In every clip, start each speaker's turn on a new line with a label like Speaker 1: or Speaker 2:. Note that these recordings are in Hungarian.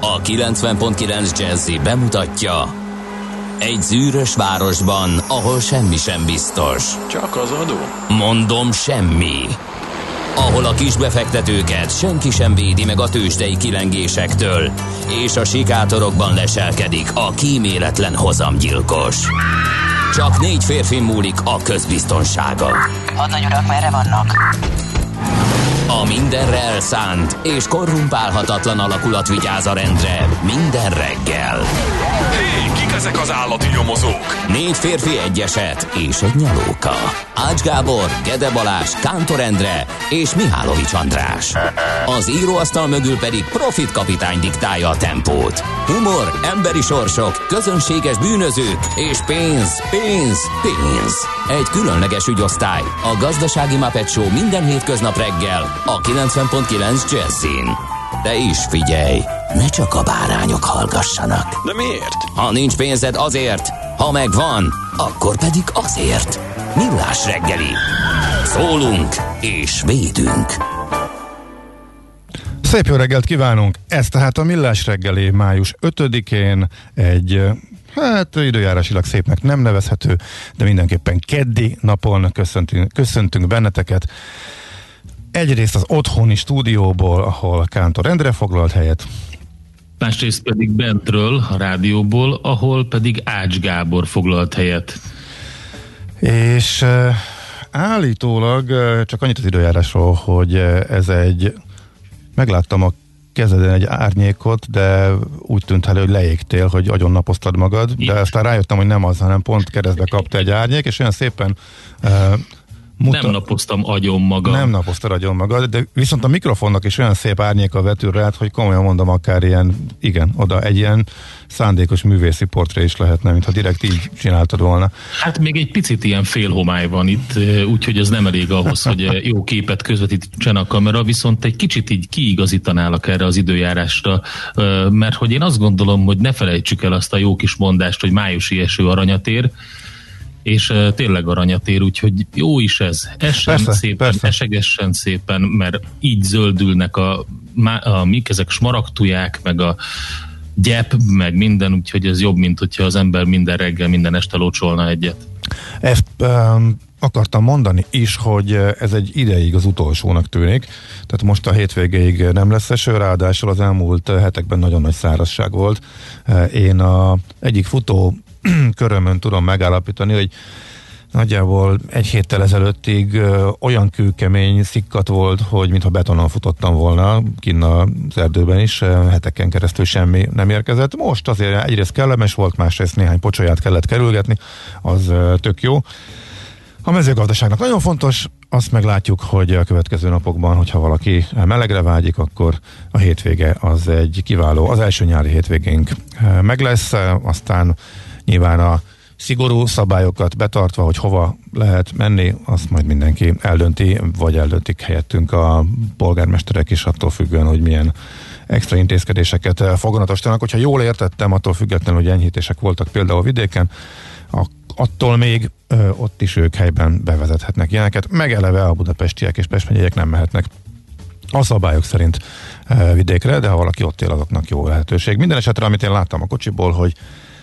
Speaker 1: A 90.9 Jazzy bemutatja: egy zűrös városban, ahol semmi sem biztos.
Speaker 2: Csak az adó?
Speaker 1: Mondom, semmi. Ahol a kisbefektetőket senki sem védi meg a tőzsdei kilengésektől, és a sikátorokban leselkedik a kíméletlen hozamgyilkos. Csak 4 férfi múlik a közbiztonsága.
Speaker 3: Hadnagy urak, merre vannak?
Speaker 1: A mindenre elszánt és korrumpálhatatlan alakulat vigyáz a rendre minden reggel.
Speaker 2: Hé, kik ezek az állati nyomozók?
Speaker 1: 4 férfi, egy eset és egy nyalóka. Ács Gábor, Gede Balázs, Kántor Endre és Mihálovics András. Az íróasztal mögül pedig Profit kapitány diktálja a tempót. Humor, emberi sorsok, közönséges bűnözők és pénz, pénz, pénz. Egy különleges ügyosztály, a Gazdasági Muppet Show minden hétköznap reggel a 90.9 Jazzyn. De is figyelj, ne csak a bárányok hallgassanak.
Speaker 2: De miért?
Speaker 1: Ha nincs pénzed, azért, ha megvan, akkor pedig azért. Millás reggeli. Szólunk és védünk.
Speaker 4: Szép jó reggelt kívánunk! Ez tehát a Millás reggeli május 5-én egy, időjárásilag szépnek nem nevezhető, de mindenképpen keddi napon köszöntünk benneteket. Egyrészt az otthoni stúdióból, ahol Kántor Endre foglalt helyet.
Speaker 5: Másrészt pedig bentről, a rádióból, ahol pedig Ács Gábor foglalt helyet.
Speaker 4: És állítólag csak annyit az időjárásról, hogy ez megláttam a kezeden egy árnyékot, de úgy tűnt elő, hogy leégtél, hogy agyon napoztad magad, de aztán rájöttem, hogy nem az, hanem pont keresztbe kapta egy árnyék, és olyan szépen
Speaker 5: nem napoztam agyon magam.
Speaker 4: Nem napoztad agyon magad, de viszont a mikrofonnak is olyan szép árnyéka vetül rád, hogy komolyan mondom, akár ilyen, igen, oda egy ilyen szándékos művészi portré is lehetne, mintha direkt így csináltad volna.
Speaker 5: Hát még egy picit ilyen félhomály van itt, úgyhogy ez nem elég ahhoz, hogy jó képet közvetítsen a kamera, viszont egy kicsit így kiigazítanálak erre az időjárásra, mert hogy én azt gondolom, hogy ne felejtsük el azt a jó kis mondást, hogy májusi eső aranyat ér, és tényleg aranyat ér, úgyhogy jó is ez. Essen szépen, esegessen szépen, mert így zöldülnek mik ezek smaragdtuják, meg a gyep, meg minden, úgyhogy ez jobb, mint hogyha az ember minden reggel, minden este locsolna egyet.
Speaker 4: Ezt akartam mondani is, hogy ez egy ideig az utolsónak tűnik, tehát most a hétvégéig nem lesz eső, ráadásul az elmúlt hetekben nagyon nagy szárazság volt. Én egyik futó körömön tudom megállapítani, hogy nagyjából egy héttel ezelőttig olyan kőkemény szikkat volt, hogy mintha betonon futottam volna, kinn az erdőben is, heteken keresztül semmi nem érkezett. Most azért egyrészt kellemes volt, másrészt néhány pocsolyát kellett kerülgetni, az tök jó. A mezőgazdaságnak nagyon fontos, azt meglátjuk, hogy a következő napokban, hogyha valaki melegre vágyik, akkor a hétvége az egy kiváló, az első nyári hétvégénk meg lesz, aztán nyilván a szigorú szabályokat betartva, hogy hova lehet menni, azt majd mindenki eldönti, vagy eldöntik helyettünk a polgármesterek is, attól függően, hogy milyen extra intézkedéseket foganatosítanak. Hogyha jól értettem, attól függetlenül, hogy enyhítések voltak például vidéken, attól még ott is ők helyben bevezethetnek ilyeneket, meg eleve a budapestiek és pestmegyeiek nem mehetnek a szabályok szerint vidékre, de ha valaki ott él, azoknak jó lehetőség. Minden esetre, amit én láttam a kocsiból, hogy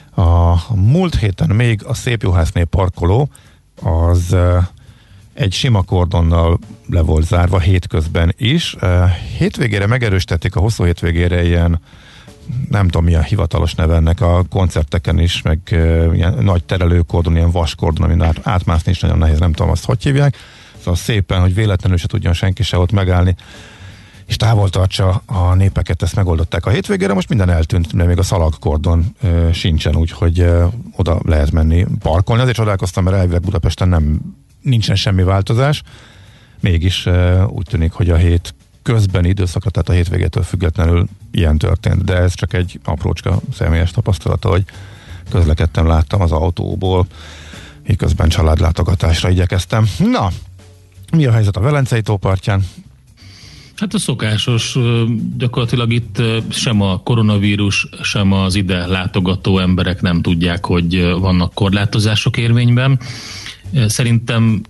Speaker 4: a múlt héten még a Szépjuhászné parkoló az egy sima kordonnal le volt zárva hétközben is. Hétvégére megerősítették a hosszú hétvégére ilyen, nem tudom milyen hivatalos neve ennek a koncerteken is, meg ilyen nagy terelőkordon, ilyen vaskordon, amin átmászni is nagyon nehéz, nem tudom azt hogy hívják. Szóval szépen, hogy véletlenül se tudjon senki se ott megállni, és távol tartsa a népeket, ezt megoldották a hétvégére, most minden eltűnt, de még a szalagkordon sincsen, úgyhogy oda lehet menni parkolni. Azért csodálkoztam, mert elvileg Budapesten nincsen semmi változás, mégis úgy tűnik, hogy a hét közbeni időszakra, tehát a hétvégétől függetlenül ilyen történt, de ez csak egy aprócska személyes tapasztalata, hogy közlekedtem, láttam az autóból, miközben családlátogatásra igyekeztem. Na, mi a helyzet a Velencei tó partján?
Speaker 5: Hát a szokásos, gyakorlatilag itt sem a koronavírus, sem az ide látogató emberek nem tudják, hogy vannak korlátozások érvényben. Szerintem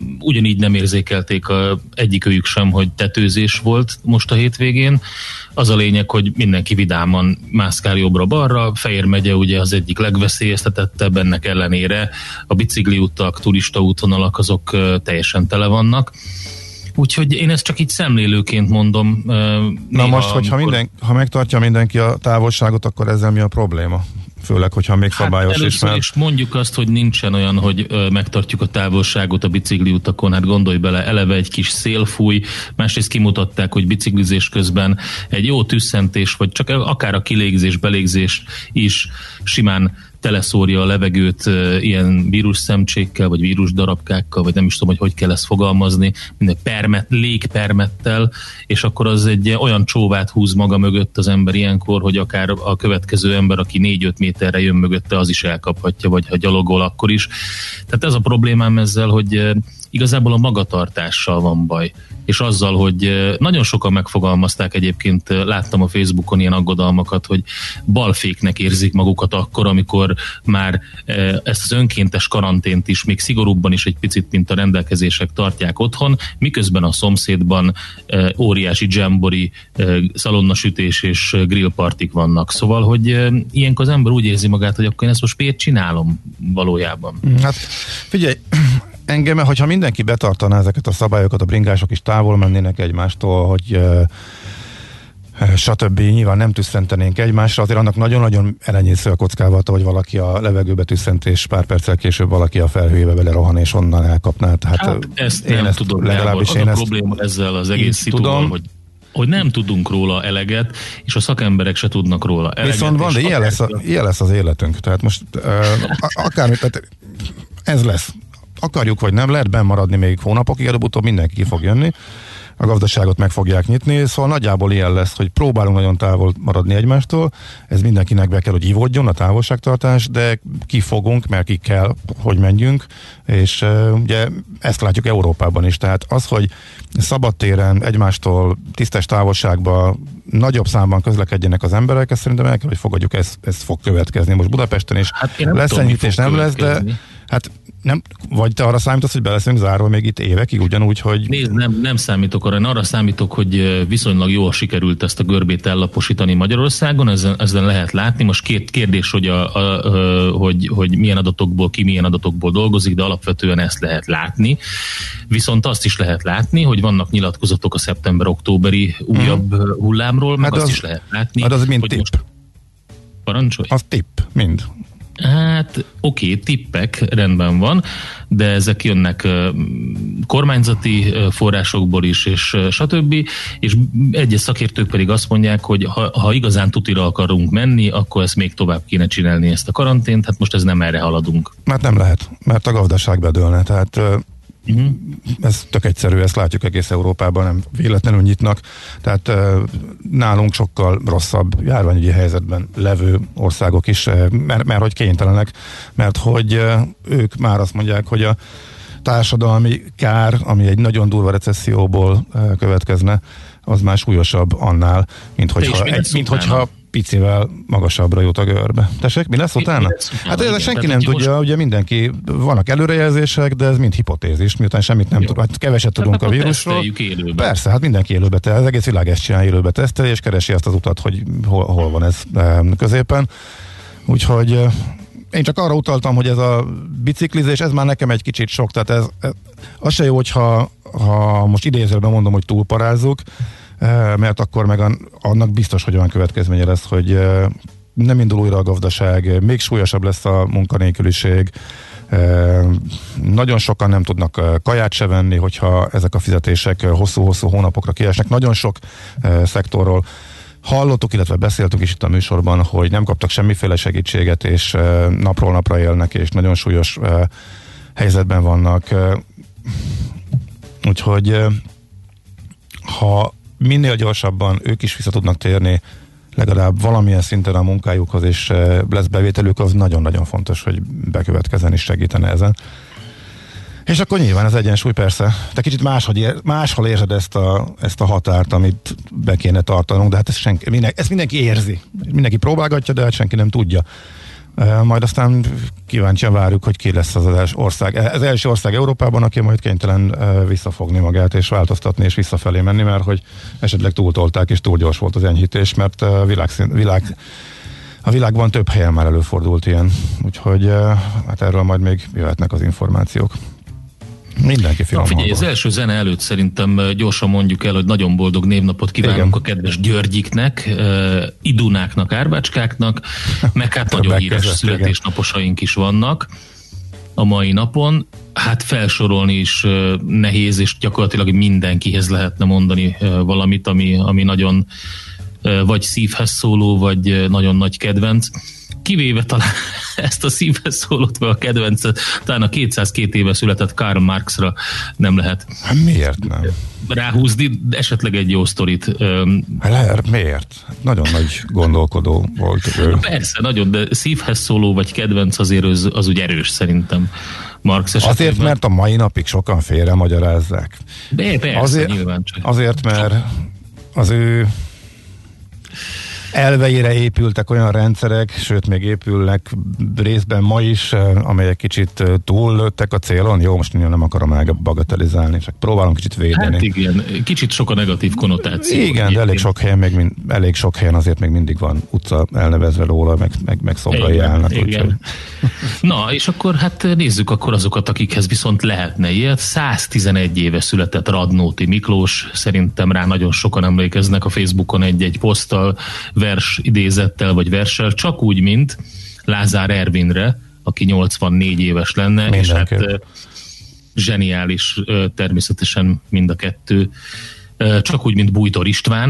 Speaker 5: ugyanígy nem érzékelték egyikőjük sem, hogy tetőzés volt most a hétvégén. Az a lényeg, hogy mindenki vidáman mászkál jobbra-balra. Fejér megye ugye az egyik legveszélyeztetettebb, ennek ellenére a bicikliutak, turista útvonalak azok teljesen tele vannak. Úgyhogy én ezt csak így szemlélőként mondom.
Speaker 4: Na most, hogyha ha megtartja mindenki a távolságot, akkor ezzel mi a probléma? Főleg, hogyha még szabályos is.
Speaker 5: Először is mondjuk azt, hogy nincsen olyan, hogy megtartjuk a távolságot a bicikliutakon. Hát gondolj bele, eleve egy kis szél fúj, másrészt kimutatták, hogy biciklizés közben egy jó tüsszentés, vagy csak akár a kilégzés, belégzés is simán teleszórja a levegőt ilyen vírusszemcsékkel, vagy vírusdarabkákkal, vagy nem is tudom, hogy kell ezt fogalmazni, minden légpermettel, és akkor az egy olyan csóvát húz maga mögött az ember ilyenkor, hogy akár a következő ember, aki 4-5 méterre jön mögötte, az is elkaphatja, vagy ha gyalogol, akkor is. Tehát ez a problémám ezzel, hogy igazából a magatartással van baj, és azzal, hogy nagyon sokan megfogalmazták egyébként, láttam a Facebookon ilyen aggodalmakat, hogy balféknek érzik magukat akkor, amikor már ezt az önkéntes karantént is még szigorúbban is egy picit, mint a rendelkezések tartják otthon, miközben a szomszédban óriási dzsambori, szalonnasütés és grillpartik vannak. Szóval, hogy ilyenkor az ember úgy érzi magát, hogy akkor én ezt most miért csinálom valójában.
Speaker 4: Hát figyelj, engem, hogyha mindenki betartaná ezeket a szabályokat, a bringások is távol mennének egymástól, hogy stb. Nyilván nem tüsszentenénk egymásra, azért annak nagyon-nagyon elenyésző a kockávata, hogy valaki a levegőbe tüsszent, és pár perccel később valaki a felhőjébe belerohan, és onnan elkapná.
Speaker 5: Hát ezt én nem tudom, legalábbis az a probléma ezzel az egész szituval, hogy nem tudunk róla eleget, és a szakemberek se tudnak róla eleget.
Speaker 4: Viszont van, de ilyen lesz az életünk. Tehát most akármit, tehát ez lesz. Akarjuk, vagy nem, lehet bennmaradni még hónapokig, előbb-utóbb mindenki ki fog jönni, a gazdaságot meg fogják nyitni, szóval nagyjából ilyen lesz, hogy próbálunk nagyon távol maradni egymástól, ez mindenkinek be kell, hogy ivódjon a távolságtartás, de kifogunk, mert ki kell, hogy menjünk, és ugye ezt látjuk Európában is, tehát az, hogy szabadtéren egymástól tisztes távolságban nagyobb számban közlekedjenek az emberek, ezt szerintem el kell, hogy fogadjuk, ez fog következni. Most Budapesten is lesz enyhítés, nem lesz, de hát nem, vagy te arra számítasz, hogy be leszünk zárva még itt évekig, ugyanúgy, hogy...
Speaker 5: Nézd, nem számítok arra, én arra számítok, hogy viszonylag jól sikerült ezt a görbét ellaposítani Magyarországon, ezen lehet látni. Most két kérdés, hogy milyen adatokból, ki milyen adatokból dolgozik, de alapvetően ezt lehet látni. Viszont azt is lehet látni, hogy vannak nyilatkozatok a szeptember-októberi újabb hullámról, meg azt is lehet látni,
Speaker 4: az mind
Speaker 5: hogy
Speaker 4: tipp.
Speaker 5: Most... Parancsolj?
Speaker 4: Az tipp, mind.
Speaker 5: Hát oké, tippek, rendben van, de ezek jönnek kormányzati forrásokból is, és stb. És egyes szakértők pedig azt mondják, hogy ha igazán tutira akarunk menni, akkor ezt még tovább kéne csinálni, ezt a karantént, hát most ez nem erre haladunk.
Speaker 4: Mert nem lehet, mert a gazdaság bedőlne, tehát ez tök egyszerű, ezt látjuk egész Európában, nem véletlenül nyitnak, tehát nálunk sokkal rosszabb járványügyi helyzetben levő országok is, mert hogy kénytelenek, mert hogy ők már azt mondják, hogy a társadalmi kár, ami egy nagyon durva recesszióból következne, az már súlyosabb annál, mint hogyha picivel magasabbra jut a görbe. Tessék, mi lesz utána? Hát ez senki nem tudja, ugye mindenki, vannak előrejelzések, de ez mind hipotézis, miután semmit nem tud, hát keveset tudunk a vírusról. Persze, hát mindenki élőbe az egész világ ezt csinál, élőbe teszteli, és keresi azt az utat, hogy hol van ez középen. Úgyhogy én csak arra utaltam, hogy ez a biciklizés, ez már nekem egy kicsit sok, tehát az se jó, hogyha most idézőben mondom, hogy túlparázzuk, mert akkor meg annak biztos, hogy olyan következménye lesz, hogy nem indul újra a gazdaság, még súlyosabb lesz a munkanélküliség, nagyon sokan nem tudnak kaját se venni, hogyha ezek a fizetések hosszú-hosszú hónapokra kiesnek. Nagyon sok szektorról hallottuk, illetve beszéltünk is itt a műsorban, hogy nem kaptak semmiféle segítséget, és napról napra élnek, és nagyon súlyos helyzetben vannak. Úgyhogy ha minél gyorsabban ők is vissza tudnak térni legalább valamilyen szinten a munkájukhoz, és lesz bevételük, az nagyon-nagyon fontos, hogy bekövetkezzen és segítene ezen. És akkor nyilván az egyensúly persze. Te kicsit máshol érzed ezt a határt, amit be kéne tartanunk, de hát ezt mindenki érzi. Mindenki próbálgatja, de hát senki nem tudja, Majd aztán kíváncsian várjuk, hogy ki lesz az első ország Európában, aki majd kénytelen visszafogni magát, és változtatni, és visszafelé menni, mert hogy esetleg túltolták, és túl gyors volt az enyhítés, mert a világban több helyen már előfordult ilyen. Úgyhogy hát erről majd még jöhetnek az információk. Mindenki finom.
Speaker 5: Figyelj, az első zene előtt szerintem gyorsan mondjuk el, hogy nagyon boldog névnapot kívánunk a kedves Györgyiknek, Idunáknak, Árvácskáknak, meg hát nagyon híres születésnaposaink is vannak a mai napon. Hát felsorolni is nehéz, és gyakorlatilag mindenkihez lehetne mondani valamit, ami nagyon vagy szívhez szóló, vagy nagyon nagy kedvenc. Kivéve talán ezt a szívhez szólót, vagy a kedvencet, talán a 202 éve született Karl Marxra nem lehet.
Speaker 4: Hát miért nem?
Speaker 5: Ráhúzni, esetleg egy jó sztorit.
Speaker 4: Miért? Nagyon nagy gondolkodó volt ő.
Speaker 5: Persze, nagyon, de szívhez szóló, vagy kedvenc azért az úgy erős szerintem. Marx esetében.
Speaker 4: Azért, mert a mai napig sokan félre magyarázzák.
Speaker 5: Persze, nyilván csak.
Speaker 4: Azért, mert az ő elveire épültek olyan rendszerek, sőt még épülnek részben ma is, amelyek kicsit túllőttek a célon. Jó, most nem akarom elbagatelizálni, csak próbálom kicsit védeni.
Speaker 5: Hát igen, kicsit sok a negatív konnotáció.
Speaker 4: Igen, de elég sok helyen azért még mindig van utca elnevezve róla, meg szobrai állnak.
Speaker 5: Igen. Na, és akkor hát nézzük akkor azokat, akikhez viszont lehetne ilyet. 111 éve született Radnóti Miklós, szerintem rá nagyon sokan emlékeznek a Facebookon egy poszttal, vers idézettel vagy verssel, csak úgy, mint Lázár Ervinre, aki 84 éves lenne,
Speaker 4: mindenképp.
Speaker 5: És hát zseniális természetesen mind a kettő. Csak úgy, mint Bújtor István,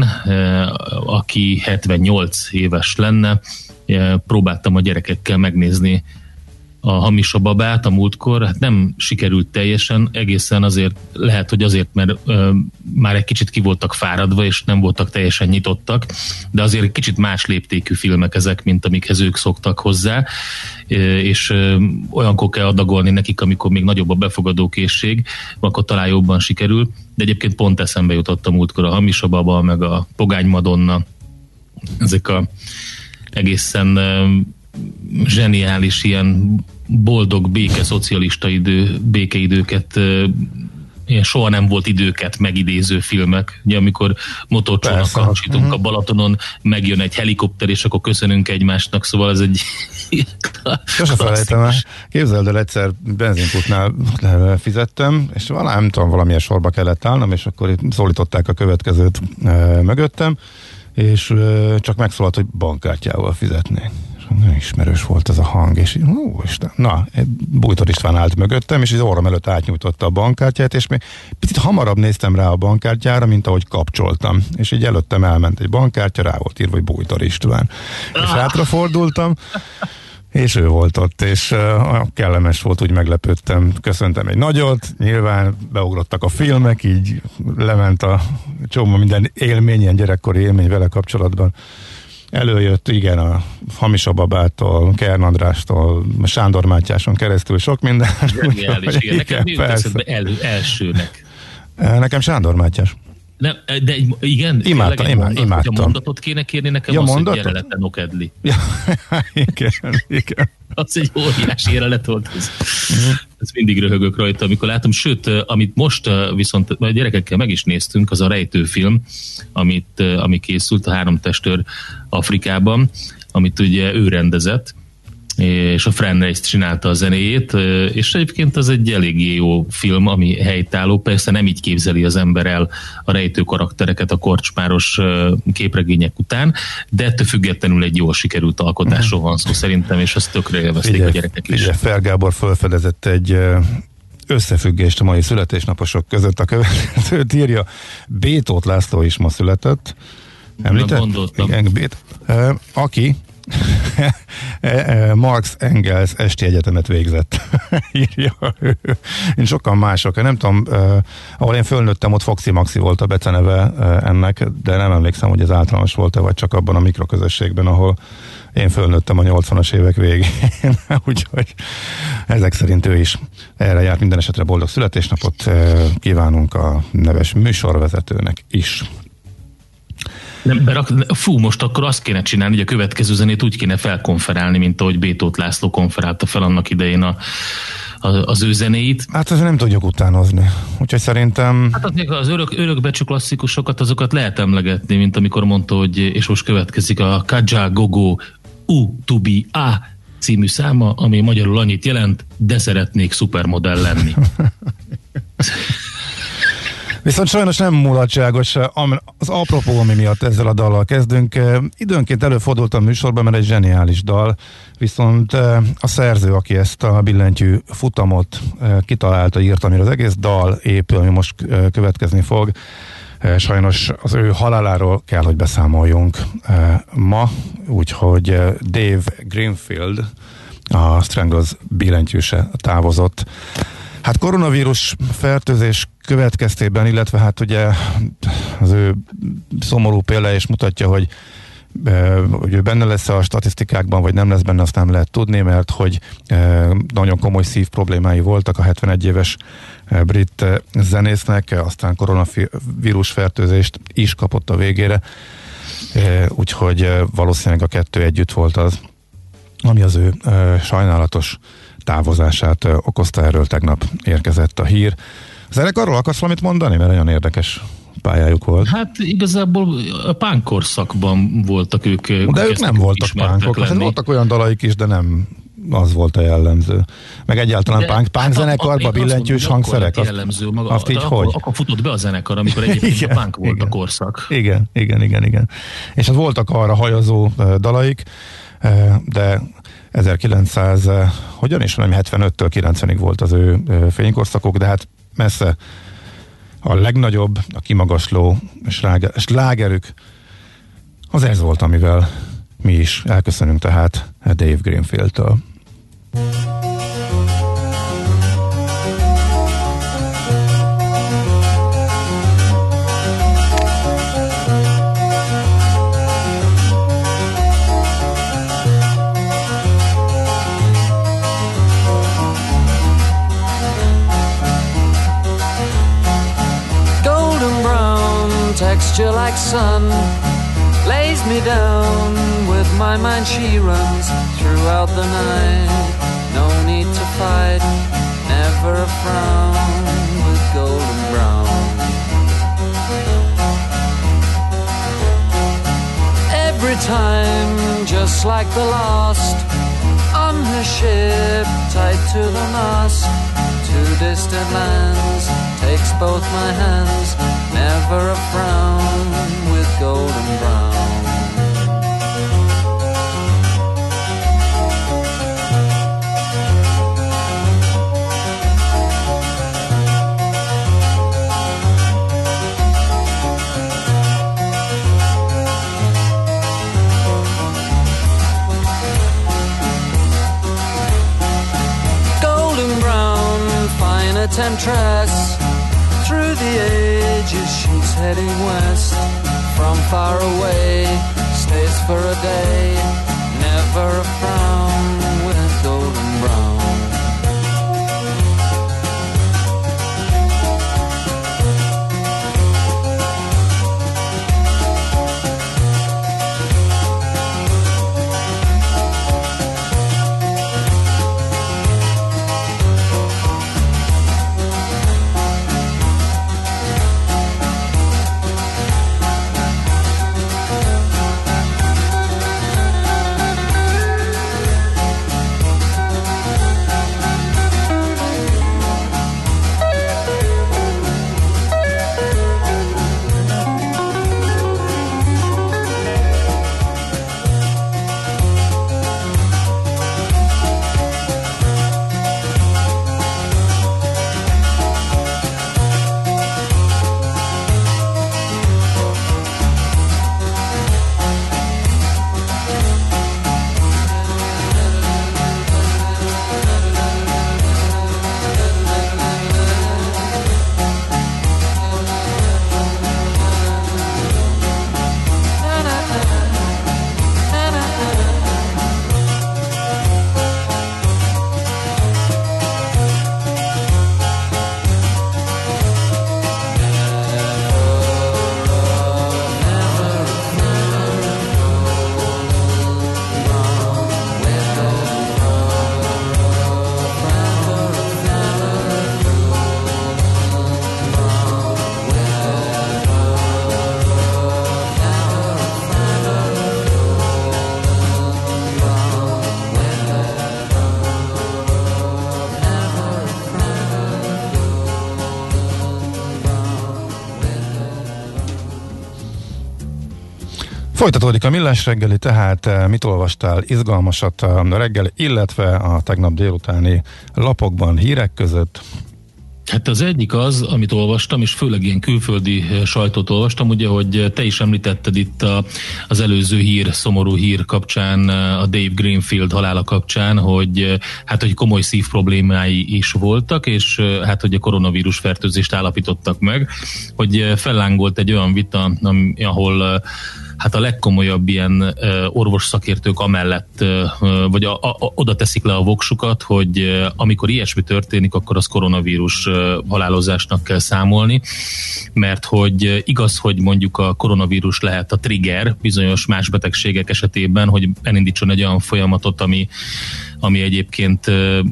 Speaker 5: aki 78 éves lenne. Próbáltam a gyerekekkel megnézni a Hamis a babát a múltkor, hát nem sikerült teljesen, egészen azért, lehet, hogy azért, mert már egy kicsit ki voltak fáradva, és nem voltak teljesen nyitottak, de azért egy kicsit más léptékű filmek ezek, mint amikhez ők szoktak hozzá, és olyankor kell adagolni nekik, amikor még nagyobb a befogadókészség, akkor talán jobban sikerül, de egyébként pont eszembe jutott a múltkor a Hamis a baba, meg a Pogány Madonna, ezek a egészen zseniális ilyen boldog szocialista békeidőket, ilyen soha nem volt időket megidéző filmek. Ugye, amikor motorcsónak kapcsoltunk a Balatonon, megjön egy helikopter, és akkor köszönünk egymásnak, szóval ez egy
Speaker 4: sose felejtem el. Képzeld el, egyszer benzinkútnál fizettem, és nem tudom, valamilyen sorba kellett állnom, és akkor szólították a következőt mögöttem, és csak megszólalt, hogy bankkártyával fizetnék. Nagyon ismerős volt ez a hang, és Bújtor István állt mögöttem, és az orrom előtt átnyújtotta a bankkártyát, és még picit hamarabb néztem rá a bankkártyára, mint ahogy kapcsoltam. És így előttem elment egy bankkártya, rá volt írva, hogy Bújtor István. És hátrafordultam, és ő volt ott, és kellemes volt, úgy meglepődtem, köszöntem egy nagyot, nyilván beugrottak a filmek, így lement a csomó minden élmény, ilyen gyerekkori élmény vele kapcsolatban. Előjött, igen, a Hamis a babától, Kern Andrástól, Sándor Mátyáson keresztül sok minden.
Speaker 5: Zseniális, igen. Nekem mi jut eszedbe elsőnek?
Speaker 4: Nekem Sándor Mátyás.
Speaker 5: Nem, de igen,
Speaker 4: imádtam.
Speaker 5: A mondatot kéne kérni nekem, az, hogy jelenete Nokedli.
Speaker 4: Ja, igen.
Speaker 5: Az egy óriási jelenet volt. Ez mindig röhögök rajta, amikor látom. Sőt, amit most viszont a gyerekekkel meg is néztünk, az a rejtőfilm, ami készült, a 3 testőr Afrikában, amit ugye ő rendezett, és a Fran Reis csinálta a zenéjét, és egyébként az egy eléggé jó film, ami helytálló, persze nem így képzeli az ember el a rejtő karaktereket a korcsmáros képregények után, de ettől függetlenül egy jól sikerült alkotásról van szó szerintem, és azt tökre élvezték a gyerekek is.
Speaker 4: Ugye Fel Gábor felfedezett egy összefüggést a mai születésnaposok között, a következőt írja, B. Tóth László is ma született, említett?
Speaker 5: Gondoltam.
Speaker 4: Igen, aki Marx Engels esti egyetemet végzett. Írja ő. Én sokan mások. Nem tudom, ahol én fölnőttem, ott Foxy Maxi volt a beceneve ennek, de nem emlékszem, hogy ez általános volt-e, vagy csak abban a mikroközösségben, ahol én fölnőttem a 80-as évek végén. Úgyhogy ezek szerint ő is erre járt. Minden esetre boldog születésnapot kívánunk a neves műsorvezetőnek is.
Speaker 5: Most akkor azt kéne csinálni, hogy a következő zenét úgy kéne felkonferálni, mint ahogy Bétót László konferálta fel annak idején az ő zenéit.
Speaker 4: Hát ezzel nem tudjuk utánozni. Úgyhogy szerintem...
Speaker 5: Hát az örökbecsű klasszikusokat, azokat lehet emlegetni, mint amikor mondta, hogy és most következik a Kaja Gogo U2B A című száma, ami magyarul annyit jelent, de szeretnék szupermodell lenni.
Speaker 4: Viszont sajnos nem mulatságos az apropó, ami miatt ezzel a dallal kezdünk. Időnként előfordult a műsorban, mert egy zseniális dal, viszont a szerző, aki ezt a billentyű futamot kitalálta, írta, amire az egész dal épül, ami most következni fog, sajnos az ő haláláról kell, hogy beszámoljunk ma, úgyhogy Dave Greenfield, a Stranglers billentyűse távozott. Hát koronavírus fertőzés következtében, illetve hát ugye az ő szomorú példája is mutatja, hogy ő benne lesz a statisztikákban, vagy nem lesz benne, azt nem lehet tudni, mert hogy nagyon komoly szív problémái voltak a 71 éves brit zenésznek, aztán koronavírus fertőzést is kapott a végére, úgyhogy valószínűleg a kettő együtt volt az, ami az ő sajnálatos távozását okozta. Erről tegnap érkezett a hír. Zenekarról akarsz valamit mondani? Mert nagyon érdekes pályájuk volt.
Speaker 5: Hát igazából a punk korszakban voltak ők.
Speaker 4: De ők nem voltak punkok. Hát voltak olyan dalaik is, de nem az volt a jellemző. Meg egyáltalán punk zenekarban billentyűs hangszerek.
Speaker 5: Jellemző maga,
Speaker 4: azt így
Speaker 5: hogy? Akkor futott be a zenekar, amikor egyébként igen, a punk volt a korszak.
Speaker 4: Igen. És hát voltak arra hajazó dalaik, de 1900, hogyan is valami 75-től 90-ig volt az ő fénykorszakok, de hát messze a legnagyobb, a kimagasló slágerük az ez volt, amivel mi is elköszönünk tehát Dave Greenfield-től.
Speaker 6: Texture like sun lays me down. With my mind she runs throughout the night. No need to fight, never a frown. With golden brown, every time just like the last. On her ship tied to the mast, to distant lands takes both my hands. Never a frown with golden brown. Golden brown, fine a temptress. Through the ages she's heading west. From far away, stays for a day. Never a frown with golden brown.
Speaker 4: Folytatódik a Millás reggeli, tehát mit olvastál izgalmasat a reggel, illetve a tegnap délutáni lapokban, hírek között?
Speaker 5: Hát az egyik az, amit olvastam, és főleg ilyen külföldi sajtót olvastam, ugye, hogy te is említetted itt az előző szomorú hír kapcsán, a Dave Greenfield halála kapcsán, hogy hogy komoly szívproblémái is voltak, és hogy a koronavírus fertőzést állapítottak meg, hogy fellángolt egy olyan vita, ahol a legkomolyabb ilyen orvos szakértők amellett, vagy oda teszik le a voksukat, hogy amikor ilyesmi történik, akkor az koronavírus halálozásnak kell számolni, mert hogy igaz, hogy mondjuk a koronavírus lehet a trigger bizonyos más betegségek esetében, hogy elindítson egy olyan folyamatot, ami egyébként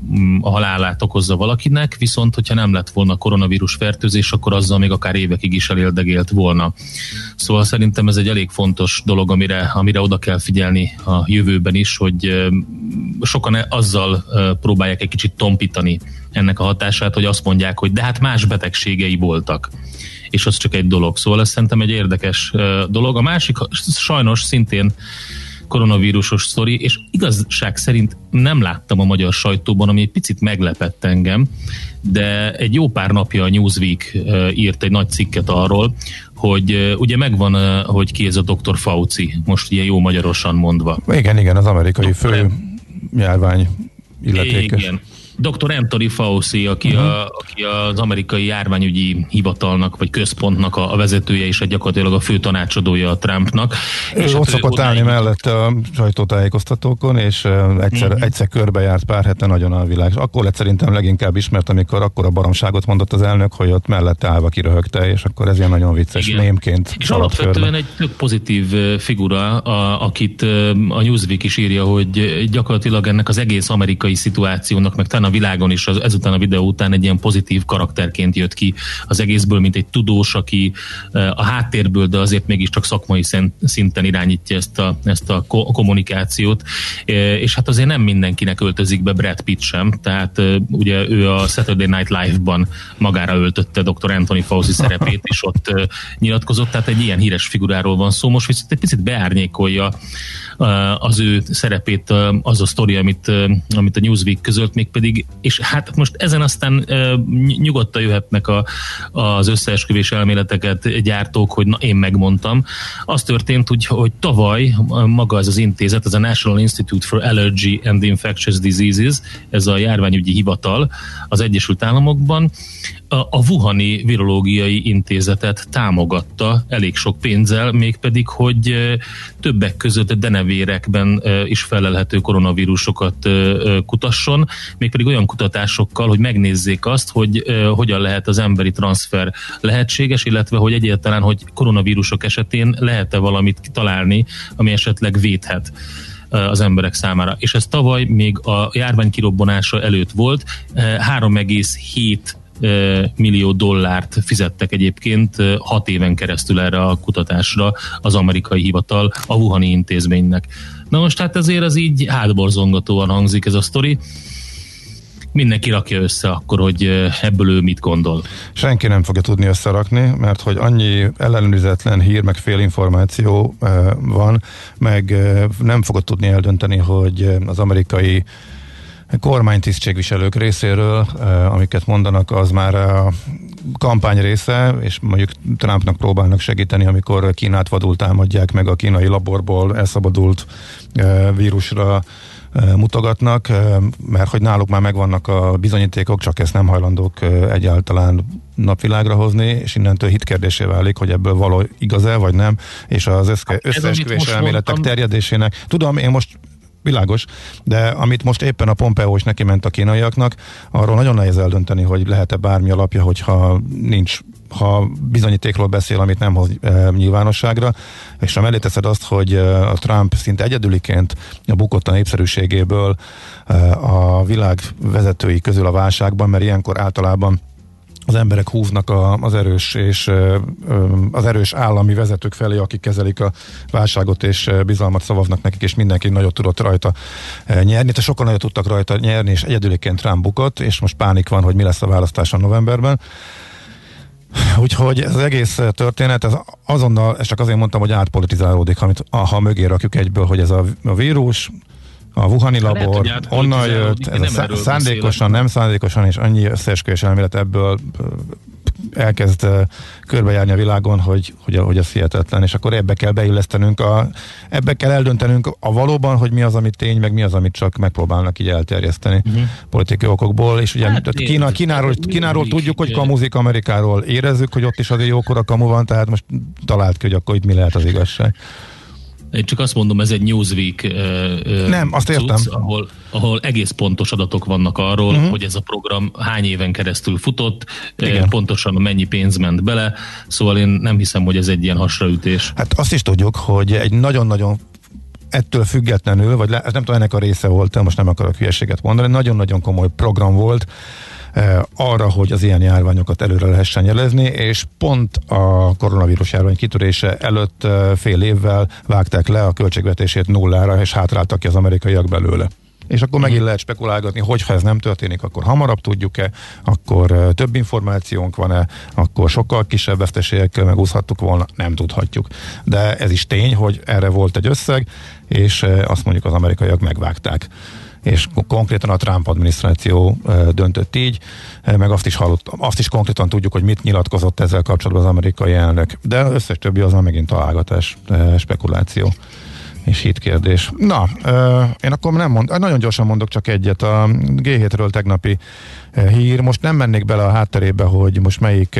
Speaker 5: a halálát okozza valakinek, viszont hogyha nem lett volna koronavírus fertőzés, akkor azzal még akár évekig is elérdegélt volna. Szóval szerintem ez egy elég fontos dolog, amire oda kell figyelni a jövőben is, hogy sokan azzal próbálják egy kicsit tompítani ennek a hatását, hogy azt mondják, hogy de hát más betegségei voltak. És az csak egy dolog. Szóval ez szerintem egy érdekes dolog. A másik sajnos szintén koronavírusos sztori, és igazság szerint nem láttam a magyar sajtóban, ami egy picit meglepett engem, de egy jó pár napja a Newsweek írt egy nagy cikket arról, hogy ugye megvan, hogy ki ez a Dr. Fauci, most ugye jó magyarosan mondva.
Speaker 4: Igen, az amerikai fő járvány illetékes.
Speaker 5: Igen. Dr. Anthony Fauci, aki az amerikai járványügyi hivatalnak, vagy központnak a vezetője, és gyakorlatilag a fő tanácsadója a Trumpnak.
Speaker 4: És ott szokott állni mellette a sajtótájékoztatókon, és egyszer körbejárt pár hete nagyon a világ. Akkor lett szerintem leginkább ismert, amikor akkora baromságot mondott az elnök, hogy ott mellette állva kiröhögte, és akkor ez ilyen nagyon vicces mémként.
Speaker 5: És alapvetően egy tök pozitív figura, akit a Newsweek is írja, hogy gyakorlatilag ennek az egész amerikai szituációnak, meg a világon is ezután a videó után egy ilyen pozitív karakterként jött ki az egészből, mint egy tudós, aki a háttérből, de azért mégiscsak szakmai szinten irányítja ezt a kommunikációt, és hát azért nem mindenkinek öltözik be Brad Pitt sem, tehát ugye ő a Saturday Night Live-ban magára öltötte Dr. Anthony Fauci szerepét, és ott nyilatkozott, tehát egy ilyen híres figuráról van szó. Most viszont egy picit beárnyékolja az ő szerepét az a sztori, amit a Newsweek közölt, mégpedig, és hát most ezen aztán nyugodtan jöhetnek az összeesküvés elméleteket gyártók, hogy na, én megmondtam. Az történt, hogy tavaly maga ez az intézet, ez a National Institute for Allergy and Infectious Diseases, ez a járványügyi hivatal az Egyesült Államokban, a Wuhani Virológiai Intézetet támogatta elég sok pénzzel, mégpedig, hogy többek között denevérekben is felelhető koronavírusokat kutasson, mégpedig olyan kutatásokkal, hogy megnézzék azt, hogy hogyan lehet az emberi transfer lehetséges, illetve hogy egyáltalán, hogy koronavírusok esetén lehet-e valamit találni, ami esetleg védhet az emberek számára. És ez tavaly még a járvány kirobbanása előtt volt, 3,7 millió dollárt fizettek egyébként 6 éven keresztül erre a kutatásra az amerikai hivatal a Wuhani intézménynek. Na most hát ezért az így hátborzongatóan hangzik ez a sztori. Mindenki rakja össze akkor, hogy ebből ő mit gondol. Senki
Speaker 4: nem fogja tudni összerakni, mert hogy annyi ellenőrizetlen hír, meg félinformáció van, meg nem fogod tudni eldönteni, hogy az amerikai kormánytisztségviselők részéről, amiket mondanak, az már a kampány része, és mondjuk Trumpnak próbálnak segíteni, amikor Kínát vadul támadják, meg a kínai laborból elszabadult vírusra mutogatnak, mert hogy náluk már megvannak a bizonyítékok, csak ezt nem hajlandók egyáltalán napvilágra hozni, és innentől hitkérdésé válik, hogy ebből való igaz-e, vagy nem, és az összeesküvés elméletek terjedésének. Tudom, én most világos, de amit most éppen a Pompeo is neki ment a kínaiaknak, arról nagyon nehéz eldönteni, hogy lehet-e bármi alapja, hogyha ha bizonyítékról beszél, amit nem hoz nyilvánosságra, és ha mellé teszed azt, hogy a Trump szinte egyedüliként bukott a népszerűségéből a világ vezetői közül a válságban, mert ilyenkor általában az emberek húznak az erős állami vezetők felé, akik kezelik a válságot, és bizalmat szavaznak nekik, és mindenki nagyot tudott rajta nyerni. Tehát sokkal nagyot tudtak rajta nyerni, és egyedüliként Trump bukott, és most pánik van, hogy mi lesz a választáson novemberben. Úgyhogy ez az egész történet, ez azonnal, és csak azért mondtam, hogy átpolitizálódik, ha mögé rakjuk egyből, hogy ez a vírus, a Wuhani labor, onnan jött, ez szándékosan, nem szándékosan, és annyi összeesküvés elmélet ebből elkezd körbejárni a világon, hogy ez hihetetlen, és akkor ebbe kell beillesztenünk, ebbe kell eldöntenünk a valóban, hogy mi az, ami tény, meg mi az, amit csak megpróbálnak így elterjeszteni politikai okokból, és ugye Kínáról tudjuk, hogy kamuzik, Amerikáról érezzük, hogy ott is azért jókora kamu van, tehát most talált ki, hogy akkor itt mi lehet az igazság.
Speaker 5: Én csak azt mondom, ez egy Newsweek
Speaker 4: nem, azt értem.
Speaker 5: cucc, ahol egész pontos adatok vannak arról, hogy ez a program hány éven keresztül futott, pontosan mennyi pénz ment bele, szóval én nem hiszem, hogy ez egy ilyen hasraütés.
Speaker 4: Hát azt is tudjuk, hogy egy nagyon-nagyon ettől függetlenül, vagy nem tudom, ennek a része volt, most nem akarok hülyeséget mondani, nagyon-nagyon komoly program volt arra, hogy az ilyen járványokat előre lehessen jelezni, és pont a koronavírus járvány kitörése előtt fél évvel vágták le a költségvetését nullára, és hátráltak ki az amerikaiak belőle. És akkor megint lehet spekulálgatni, hogyha ez nem történik, akkor hamarabb tudjuk-e, akkor több információnk van-e, akkor sokkal kisebb veszteségekkel megúszhattuk volna, nem tudhatjuk. De ez is tény, hogy erre volt egy összeg, és azt mondjuk az amerikaiak megvágták. És konkrétan a Trump adminisztráció döntött így, meg azt is konkrétan tudjuk, hogy mit nyilatkozott ezzel kapcsolatban az amerikai elnök. De összes többi az már megint találgatás, spekuláció és hitkérdés. Na, én akkor nagyon gyorsan mondok csak egyet. A G7-ről tegnapi hír, most nem mennék bele a hátterébe, hogy most melyik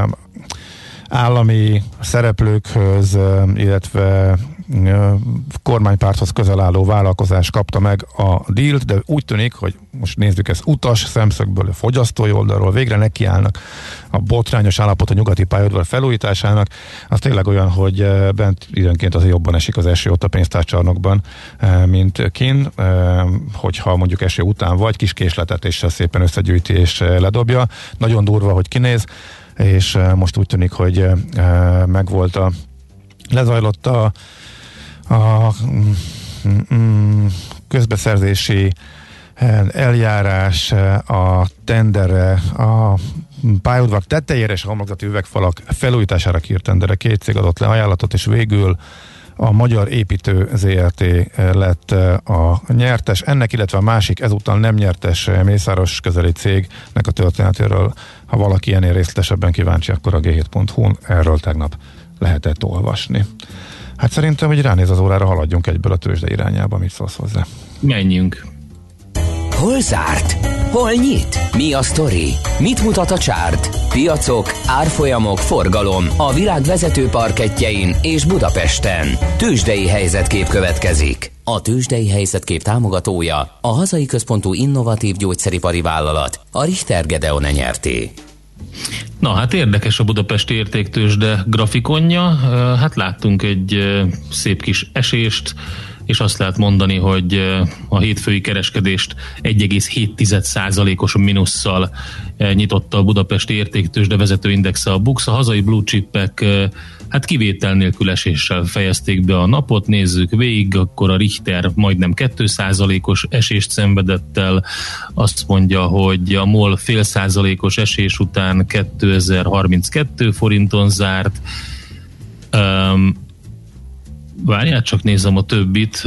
Speaker 4: állami szereplőkhöz, illetve kormánypárthoz közel álló vállalkozás kapta meg a dílt, de úgy tűnik, hogy most nézzük ezt utas szemszögből, a fogyasztói oldalról, végre nekiállnak a botrányos állapot a nyugati pályaudvar felújításának. Az tényleg olyan, hogy bent időnként azért jobban esik az eső ott a pénztárcsarnokban, mint kin, hogyha mondjuk eső után vagy kis késletetéssel szépen összegyűjti és ledobja. Nagyon durva, hogy kinéz, és most úgy tűnik, hogy megvolt lezajlott a közbeszerzési eljárás, a tenderre, a pályaudvar tetejére és a homlokzati üvegfalak felújítására kírt tenderre 2 cég adott le ajánlatot, és végül a Magyar Építő ZRT lett a nyertes. Ennek, illetve a másik ezúttal nem nyertes Mészáros közeli cégnek a történetéről, ha valaki ennél részletesebben kíváncsi, akkor a g7.hu-n erről tegnap lehetett olvasni. Hát szerintem, hogy ránéz az órára, haladjunk egyből a tőzsde irányába. Mit szólsz hozzá?
Speaker 5: Menjünk.
Speaker 1: Hol zárt? Hol nyit? Mi a sztori? Mit mutat a csárt? Piacok, árfolyamok, forgalom a világ vezető parkettjein és Budapesten. Tőzsdei helyzetkép következik. A Tőzsdei helyzetkép támogatója a hazai központú innovatív gyógyszeripari vállalat, a Richter Gedeon nyerté.
Speaker 5: Na hát érdekes a budapesti értéktőzsde grafikonja, hát láttunk egy szép kis esést, és azt lehet mondani, hogy a hétfői kereskedést 1,7%-os mínusszal nyitotta a budapesti értéktőzsde vezető indexe, a BUX. A hazai blue chipek hát kivétel nélkül eséssel fejezték be a napot. Nézzük végig, akkor a Richter majdnem 2%-os esést szenvedett el. Azt mondja, hogy a MOL fél százalékos esés után 2032 forinton zárt. Várjál, csak nézem a többit.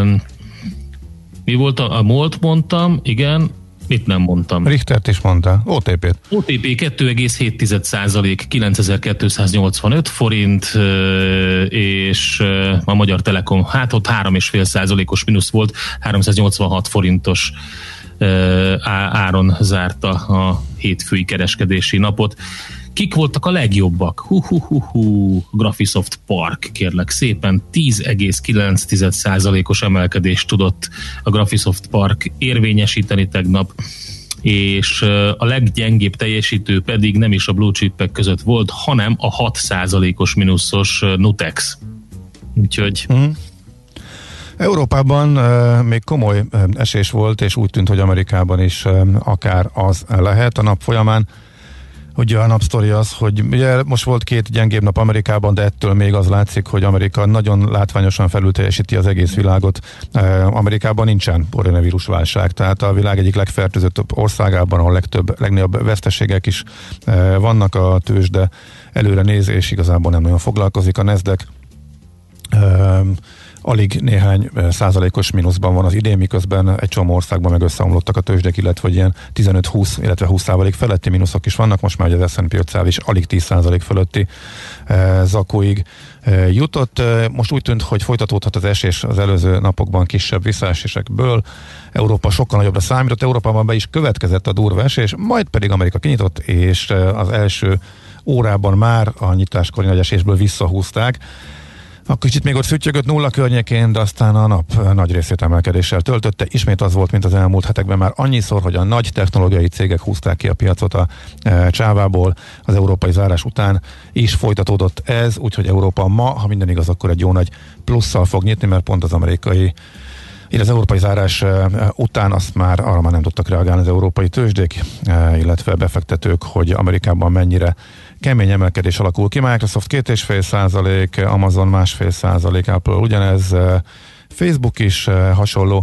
Speaker 5: Mi volt a MOL-t mondtam, igen, mit nem mondtam?
Speaker 4: Richtert is mondta, OTP-t.
Speaker 5: OTP 2,7%, 9285 forint, és a Magyar Telekom, hát ott 3,5%-os mínusz volt, 386 forintos áron zárta a hétfői kereskedési napot. Kik voltak a legjobbak? Graphisoft Park, kérlek szépen, 10,9%-os emelkedést tudott a Graphisoft Park érvényesíteni tegnap, és a leggyengébb teljesítő pedig nem is a blue chipek között volt, hanem a 6%-os mínuszos Nutex. Úgyhogy...
Speaker 4: Európában még komoly esés volt, és úgy tűnt, hogy Amerikában is akár az lehet a nap folyamán. Ugye a napsztori az, hogy ugye most volt 2 gyengébb nap Amerikában, de ettől még az látszik, hogy Amerika nagyon látványosan felülteljesíti az egész világot. Amerikában nincsen koronavírus válság, tehát a világ egyik legfertőzöttebb országában, ahol legnagyobb veszteségek is vannak, a tőzsde előre néz, és igazából nem nagyon foglalkozik. A Nasdaq alig néhány százalékos mínuszban van az idén, miközben egy csomó országban meg összeomlottak a tőzsdek, illetve ilyen 15-20, illetve 20% feletti mínuszok is vannak, most már az S&P 500 is alig 10% fölötti zakóig jutott. Most úgy tűnt, hogy folytatódhat az esés az előző napokban kisebb visszaesésekből. Európa sokkal nagyobbra számított, Európában be is következett a durva esés, majd pedig Amerika kinyitott, és az első órában már a nyitáskori nagy esésből visszahúzták. A kicsit még ott füttyögött 0 környékén, de aztán a nap nagy részét emelkedéssel töltötte. Ismét az volt, mint az elmúlt hetekben már annyiszor, hogy a nagy technológiai cégek húzták ki a piacot a csávából. Az európai zárás után is folytatódott ez, úgyhogy Európa ma, ha minden igaz, akkor egy jó nagy plusszal fog nyitni, mert pont az az európai zárás után arra már nem tudtak reagálni az európai tőzsdék, illetve befektetők, hogy Amerikában mennyire kemény emelkedés alakul ki. Microsoft 2,5%, Amazon 1,5%, Apple ugyanez, Facebook is hasonló.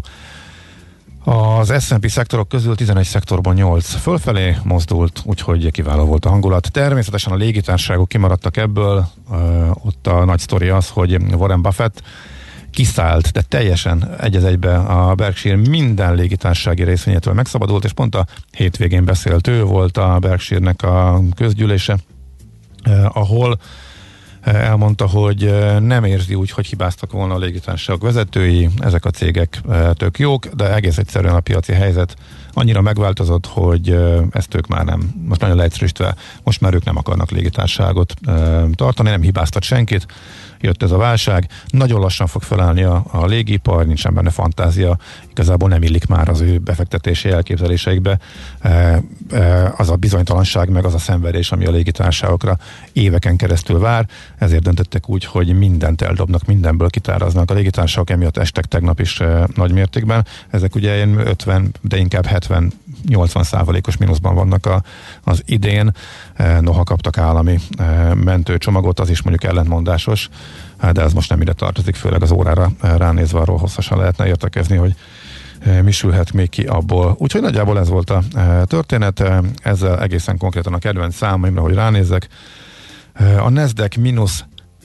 Speaker 4: Az S&P szektorok közül 11 szektorban 8 fölfelé mozdult, úgyhogy kiváló volt a hangulat. Természetesen a légitársaságok kimaradtak ebből, ott a nagy sztori az, hogy Warren Buffett kiszállt, de teljesen egy az egybe a Berkshire minden légitársasági részvényétől megszabadult, és pont a hétvégén beszélt ő, volt a Berkshire-nek a közgyűlése, ahol elmondta, hogy nem érzi úgy, hogy hibáztak volna a légitársaságok vezetői, ezek a cégek tök jók, de egész egyszerűen a piaci helyzet annyira megváltozott, hogy ezt ők már nem, most nagyon leegyszerűsítve, most már ők nem akarnak légitársaságot tartani, nem hibáztat senkit, jött ez a válság, nagyon lassan fog felállni a légipar, nincsen benne fantázia, igazából nem illik már az ő befektetési elképzeléseikbe az a bizonytalanság, meg az a szenvedés, ami a légitársaságokra éveken keresztül vár, ezért döntöttek úgy, hogy mindent eldobnak, mindenből kitáraznak. A légitársaságok emiatt estek tegnap is nagy mértékben, ezek ugye 50, de inkább 70-80%-os mínuszban vannak az idén, noha kaptak állami mentőcsomagot, az is mondjuk ellentmondásos, de ez most nem ide tartozik, főleg az órára ránézve arról hosszasan lehetne értekezni, hogy mi sülhet még ki abból. Úgyhogy nagyjából ez volt a történet, ezzel egészen konkrétan a kedvenc számaimra, hogy ránézzek. A Nasdaq mínusz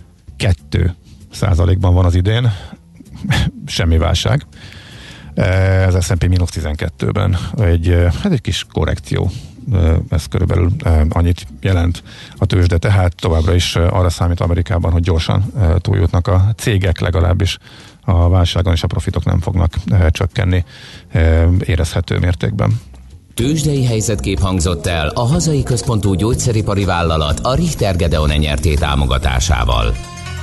Speaker 4: 2%-ban van az idén, semmi válság. Az S&P mínusz 12-ben egy kis korrekció, ez körülbelül annyit jelent a tőzsde, tehát továbbra is arra számít Amerikában, hogy gyorsan túljutnak a cégek, legalábbis a válságon, és a profitok nem fognak csökkenni érezhető mértékben.
Speaker 1: Tőzsdei helyzetkép hangzott el a hazai központú gyógyszeripari vállalat a Richter Gedeon Enyerté támogatásával.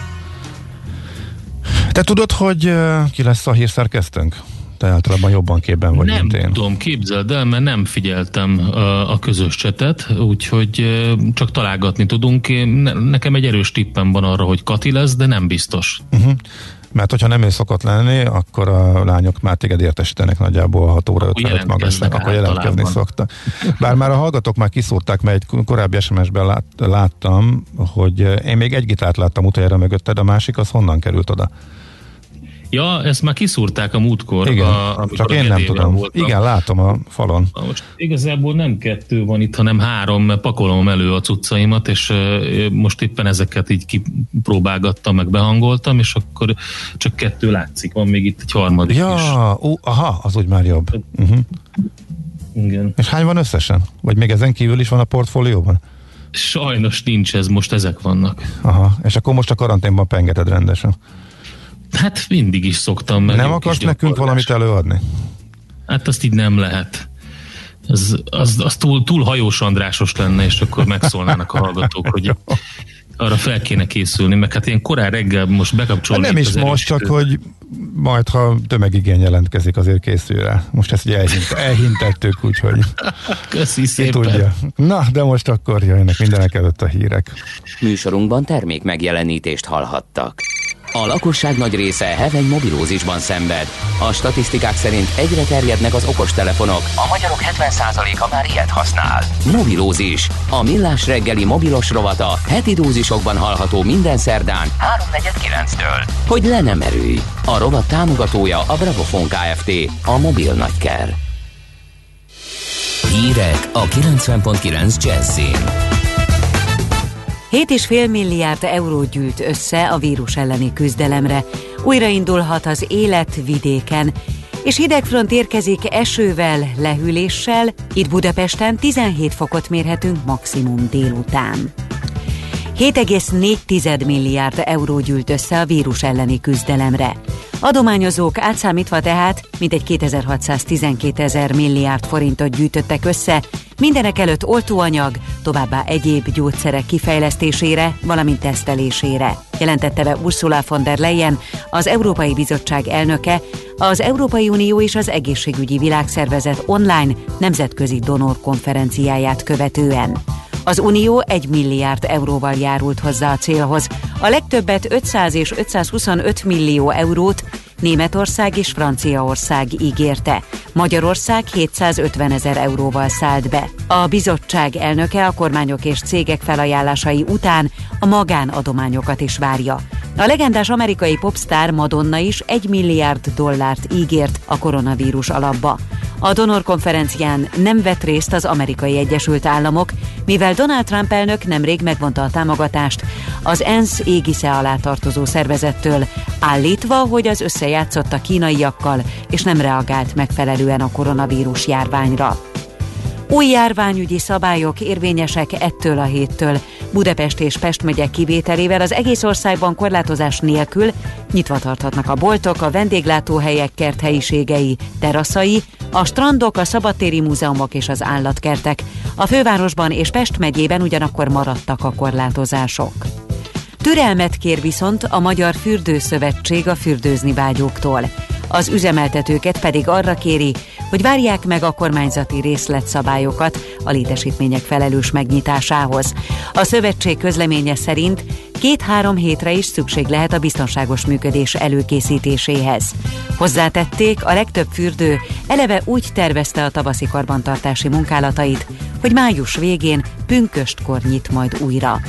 Speaker 4: Te tudod, hogy ki lesz a hírszerkesztőnk? Te általában jobban képben vagy, mint én.
Speaker 5: Nem tudom, képzeld el, mert nem figyeltem a közös csetet, úgyhogy csak találgatni tudunk. Nekem egy erős tippem van arra, hogy Kati lesz, de nem biztos.
Speaker 4: Mert hogyha nem ő szokott lenni, akkor a lányok már téged értesítenek nagyjából 6 óra 55 magasnak, akkor jelentkezni szoktak. Bár már a hallgatók már kiszúrták, mert egy korábbi SMS-ben láttam, hogy én még egy gitárt láttam utoljára mögötted, a másik az honnan került oda?
Speaker 5: Ja, ezt már kiszúrták a múltkor.
Speaker 4: Igen, csak én nem tudom. Voltam. Igen, látom a falon.
Speaker 5: Most igazából nem 2 van itt, hanem 3, mert pakolom elő a cuccaimat, és most éppen ezeket így kipróbálgattam, meg behangoltam, és akkor csak 2 látszik. Van még itt egy harmadik is.
Speaker 4: Aha, az úgy már jobb.
Speaker 5: Igen.
Speaker 4: És hány van összesen? Vagy még ezen kívül is van a portfólióban?
Speaker 5: Sajnos nincs ez, most ezek vannak.
Speaker 4: Aha, és akkor most a karanténban pengeted rendesen.
Speaker 5: Hát mindig is szoktam.
Speaker 4: Nem akarsz nekünk valamit előadni?
Speaker 5: Hát azt így nem lehet. Az túl hajós Andrásos lenne, és akkor megszólnának a hallgatók, hogy arra fel kéne készülni, meg hát ilyen korán reggel most bekapcsolni.
Speaker 4: Nem is most, csak hogy majd, ha tömegigény jelentkezik, azért készül rá. Most ezt ugye elhintettük, úgyhogy
Speaker 5: köszi szépen.
Speaker 4: Tudja. Na, de most akkor jönnek mindenek előtt a hírek.
Speaker 1: Műsorunkban termék megjelenítést hallhattak. A lakosság nagy része heveny mobilózisban szenved. A statisztikák szerint egyre terjednek az okostelefonok, a magyarok 70%-a már ilyet használ. Mobilózis, a Millás reggeli mobilos rovata heti dózisokban hallható minden szerdán 3:49-től. Hogy le nem erőj. A rovat támogatója a Bravofon Kft. A mobil nagyker. Hírek a 90.9 Jazzin.
Speaker 7: 7,5 milliárd eurót gyűlt össze a vírus elleni küzdelemre. Újraindulhat az élet vidéken, és hidegfront érkezik esővel, lehűléssel. Itt Budapesten 17 fokot mérhetünk maximum délután. 7,4 milliárd euró gyűlt össze a vírus elleni küzdelemre. Adományozók átszámítva tehát mintegy 2612 000 milliárd forintot gyűjtöttek össze, mindenekelőtt oltóanyag, továbbá egyéb gyógyszerek kifejlesztésére, valamint tesztelésére, jelentette be Ursula von der Leyen, az Európai Bizottság elnöke, az Európai Unió és az Egészségügyi Világszervezet online nemzetközi donor konferenciáját követően. Az Unió 1 milliárd euróval járult hozzá a célhoz. A legtöbbet 500 és 525 millió eurót Németország és Franciaország ígérte. Magyarország 750 000 euróval szállt be. A bizottság elnöke a kormányok és cégek felajánlásai után a magánadományokat is várja. A legendás amerikai popstar Madonna is 1 milliárd dollárt ígért a koronavírus alapba. A donor konferencián nem vett részt az Amerikai Egyesült Államok, mivel Donald Trump elnök nemrég megvonta a támogatást az ENSZ égisze alá tartozó szervezettől, állítva, hogy az összejátszott a kínaiakkal, és nem reagált megfelelően a koronavírus járványra. Új járványügyi szabályok érvényesek ettől a héttől. Budapest és Pest megyek kivételével az egész országban korlátozás nélkül nyitva tarthatnak a boltok, a vendéglátóhelyek kerthelyiségei, teraszai, a strandok, a szabadtéri múzeumok és az állatkertek. A fővárosban és Pest megyében ugyanakkor maradtak a korlátozások. Türelmet kér viszont a Magyar Fürdőszövetség a fürdőzni vágyóktól. Az üzemeltetőket pedig arra kéri, hogy várják meg a kormányzati részletszabályokat a létesítmények felelős megnyitásához. A szövetség közleménye szerint 2-3 hétre is szükség lehet a biztonságos működés előkészítéséhez. Hozzátették, a legtöbb fürdő eleve úgy tervezte a tavaszi karbantartási munkálatait, hogy május végén pünköstkor nyit majd újra.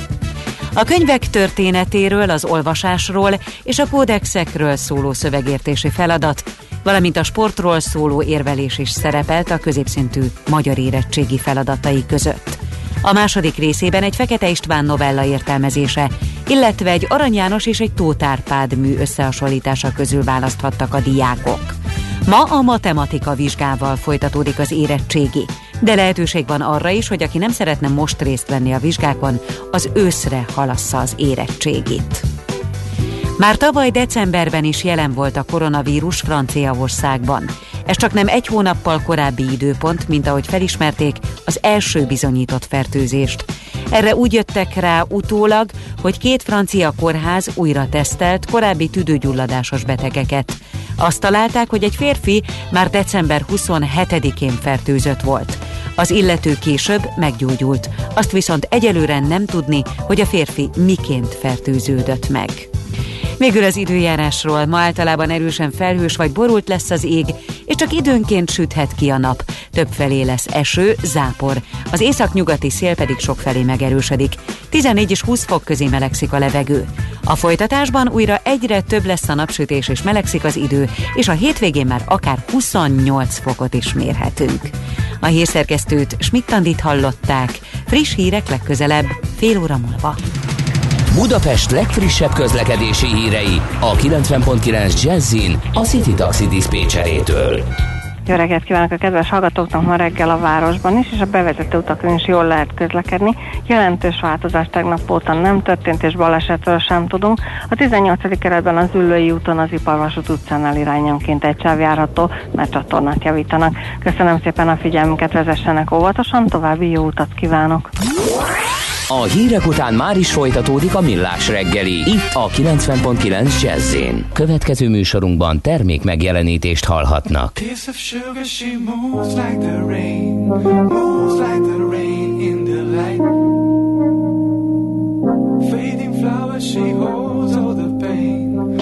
Speaker 7: A könyvek történetéről, az olvasásról és a kódexekről szóló szövegértési feladat, valamint a sportról szóló érvelés is szerepelt a középszintű magyar érettségi feladatai között. A második részében egy Fekete István novella értelmezése, illetve egy Arany János és egy Tóth Árpád mű összehasonlítása közül választhattak a diákok. Ma a matematika vizsgával folytatódik az érettségi, de lehetőség van arra is, hogy aki nem szeretne most részt venni a vizsgákon, az őszre halassza az érettségit. Már tavaly decemberben is jelen volt a koronavírus Franciaországban. Ez csak nem egy hónappal korábbi időpont, mint ahogy felismerték az első bizonyított fertőzést. Erre úgy jöttek rá utólag, hogy 2 francia kórház újra tesztelt korábbi tüdőgyulladásos betegeket. Azt találták, hogy egy férfi már december 27-én fertőzött volt. Az illető később meggyógyult, azt viszont egyelőre nem tudni, hogy a férfi miként fertőződött meg. Végül az időjárásról: ma általában erősen felhős vagy borult lesz az ég, és csak időnként süthet ki a nap. Többfelé lesz eső, zápor. Az északnyugati szél pedig sokfelé megerősödik. 14 és 20 fok közé melegszik a levegő. A folytatásban újra egyre több lesz a napsütés és melegszik az idő, és a hétvégén már akár 28 fokot is mérhetünk. A hírszerkesztőt, Schmidt-Andit hallották. Friss hírek legközelebb, fél óra múlva.
Speaker 1: Budapest legfrissebb közlekedési hírei a 90.9 Jazzin a City Taxi diszpécserétől.
Speaker 8: Jó reggelt kívánok a kedves hallgatóknak ma reggel a városban is, és a bevezető utakon is jól lehet közlekedni. Jelentős változás tegnap óta nem történt, és balesetről sem tudunk. A 18. kerületben az Üllői úton az Iparvasút utcánál irányonként egy sáv járható, mert csatornát javítanak. Köszönöm szépen a figyelmünket, vezessenek óvatosan, további jó utat kívánok!
Speaker 1: A hírek után már is folytatódik a Millás reggeli, itt a 90.9 Jazz-én. Következő műsorunkban termék megjelenítést hallhatnak.
Speaker 9: Fading flower, she holds all the pain.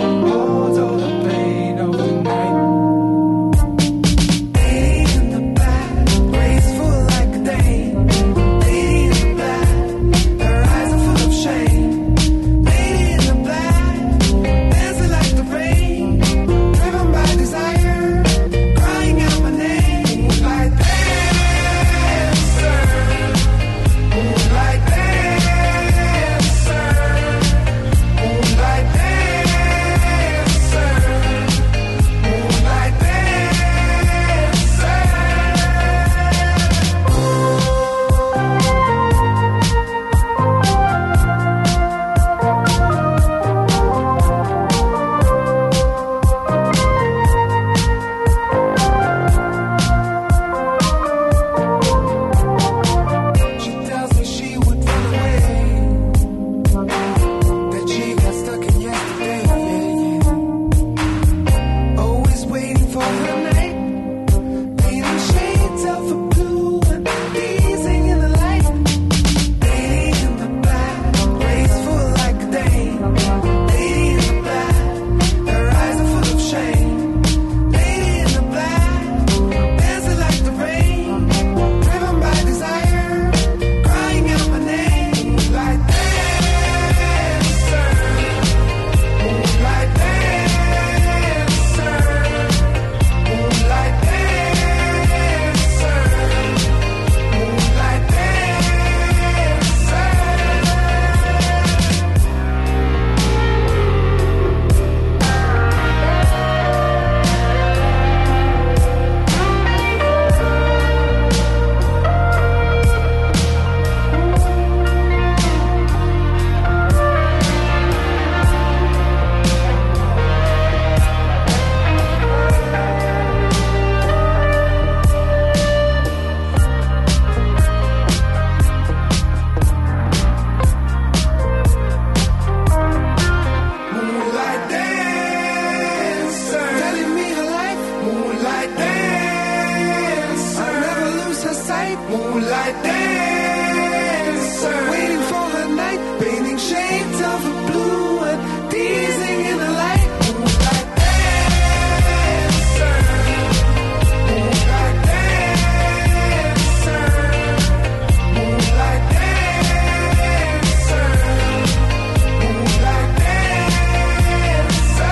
Speaker 9: moonlight dancer, waiting for the night, painting shades of blue and teasing in the light. Moonlight dancer, moonlight dancer, moonlight dancer, moonlight dancer,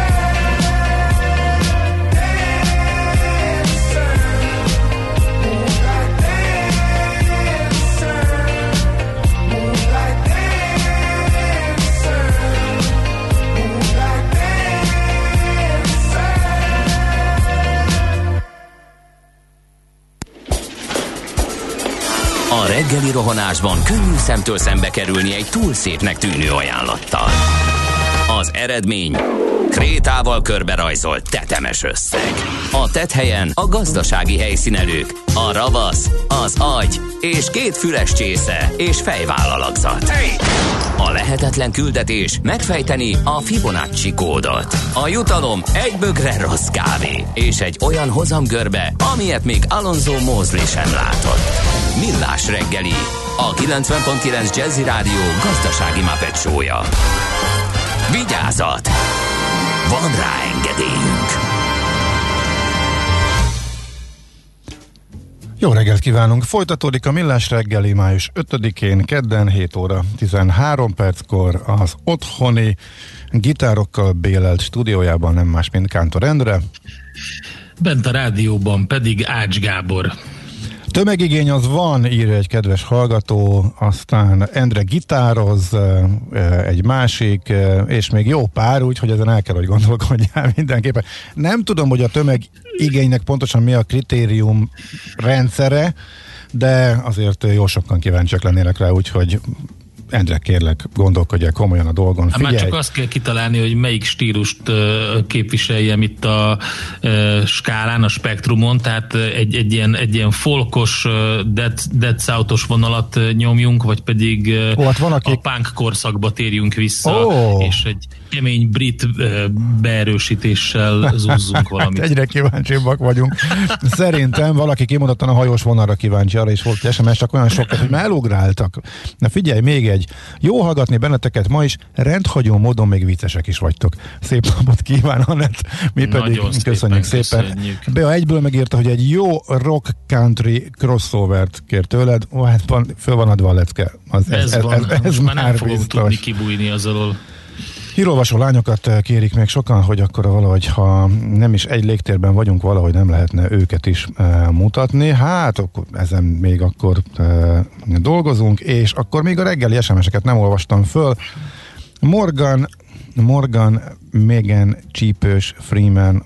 Speaker 9: dancer, moonlight dancer, moonlight dancer, moonlight dancer.
Speaker 1: A reggeli rohanásban könnyű szemtől szembe kerülni egy túl szépnek tűnő ajánlattal. Az eredmény krétával körberajzolt tetemes összeg. A tetthelyen a gazdasági helyszínelők, a ravasz, az agy és 2 füles csésze és fejvállalakzat. A lehetetlen küldetés megfejteni a Fibonacci kódot. A jutalom egy bögre rossz kávé és egy olyan hozamgörbe, amilyet még Alonso Mosley sem látott. Millás reggeli, a 90.9 Jazzy Rádió gazdasági Muppet show-ja. Vigyázat! Van rá engedélyünk!
Speaker 4: Jó reggelt kívánunk! Folytatódik a Millás reggeli május 5-én, kedden 7 óra 13 perckor az otthoni gitárokkal bélelt stúdiójában nem más, mint Kántor Endre.
Speaker 5: Bent a rádióban pedig Ács Gábor.
Speaker 4: Tömegigény az van, írja egy kedves hallgató, aztán Endre gitároz, egy másik, és még jó pár, úgyhogy ezen el kell, hogy gondolkodjál mindenképpen. Nem tudom, hogy a tömegigénynek pontosan mi a kritérium rendszere, de azért jó sokan kíváncsiak lennének rá, úgyhogy Endre, kérlek, gondolkodjál komolyan a dolgon.
Speaker 5: Figyelj. Már csak azt kell kitalálni, hogy melyik stílust képviseljem itt a skálán, a spektrumon, tehát egy ilyen folkos, dead southos vonalat nyomjunk, vagy pedig
Speaker 4: van,
Speaker 5: a punk korszakba térjünk vissza, és egy kemény brit beerősítéssel zúzzunk valamit.
Speaker 4: Hát egyre kíváncsibbak vagyunk. Szerintem valaki kimondottan a hajós vonalra kíváncsi, arra is volt egy SMS, csak olyan sokat, hogy már elugráltak. Na figyelj, még egy. Jó hallgatni benneteket ma is, rendhagyó módon még viccesek is vagytok. Szép napot kíván, Anett. Mi pedig köszönjük szépen. Bea egyből megírta, hogy egy jó rock country crossovert kér tőled. Ó, hát föl van adva a lecke.
Speaker 5: Ez már nem fogom tudni kibújni az alól.
Speaker 4: Hírolvasó lányokat kérik még sokan, hogy akkor valahogy, ha nem is egy légtérben vagyunk, valahogy nem lehetne őket is mutatni. Hát akkor ezen még akkor dolgozunk, és akkor még a reggeli SMS-eket nem olvastam föl. Morgan, Megan, Csípős, Freeman.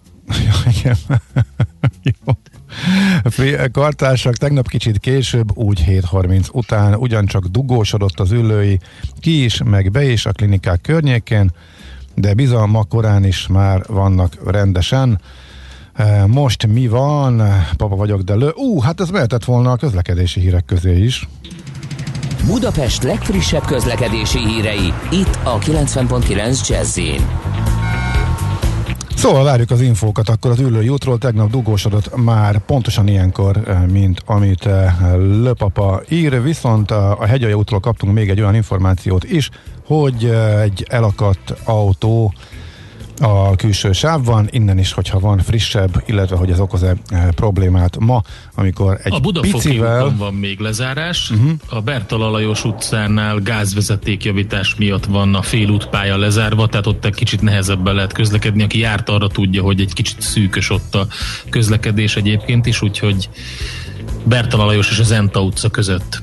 Speaker 4: Jó. Kartársak tegnap kicsit később, úgy 7:30 után ugyancsak dugósodott az ülői ki is, meg be is a klinikák környékén, de bizony ma korán is már vannak rendesen. Most mi van? Papa vagyok, de hát ez mehetett volna a közlekedési hírek közé is.
Speaker 1: Budapest legfrissebb közlekedési hírei, itt a 90.9 Jazzin.
Speaker 4: Szóval várjuk az infókat akkor az Üllői útról, tegnap dugósodott már pontosan ilyenkor, mint amit Löpapa ír, viszont a Hegyalja útról kaptunk még egy olyan információt is, hogy egy elakadt autó a külső sávban, innen is, hogyha van frissebb, illetve hogy ez okoz-e problémát ma, amikor egy
Speaker 5: a Budafoki
Speaker 4: picivel...
Speaker 5: úton van még lezárás, a Bertalan Lajos utcánál gázvezetékjavítás miatt van a félútpálya lezárva, tehát ott egy kicsit nehezebben lehet közlekedni, aki járt arra tudja, hogy egy kicsit szűkös ott a közlekedés egyébként is, úgyhogy Bertalan Lajos és az Enta utca között.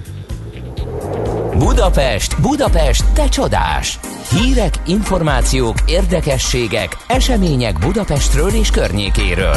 Speaker 1: Budapest, te csodás! Hírek, információk, érdekességek, események Budapestről és környékéről.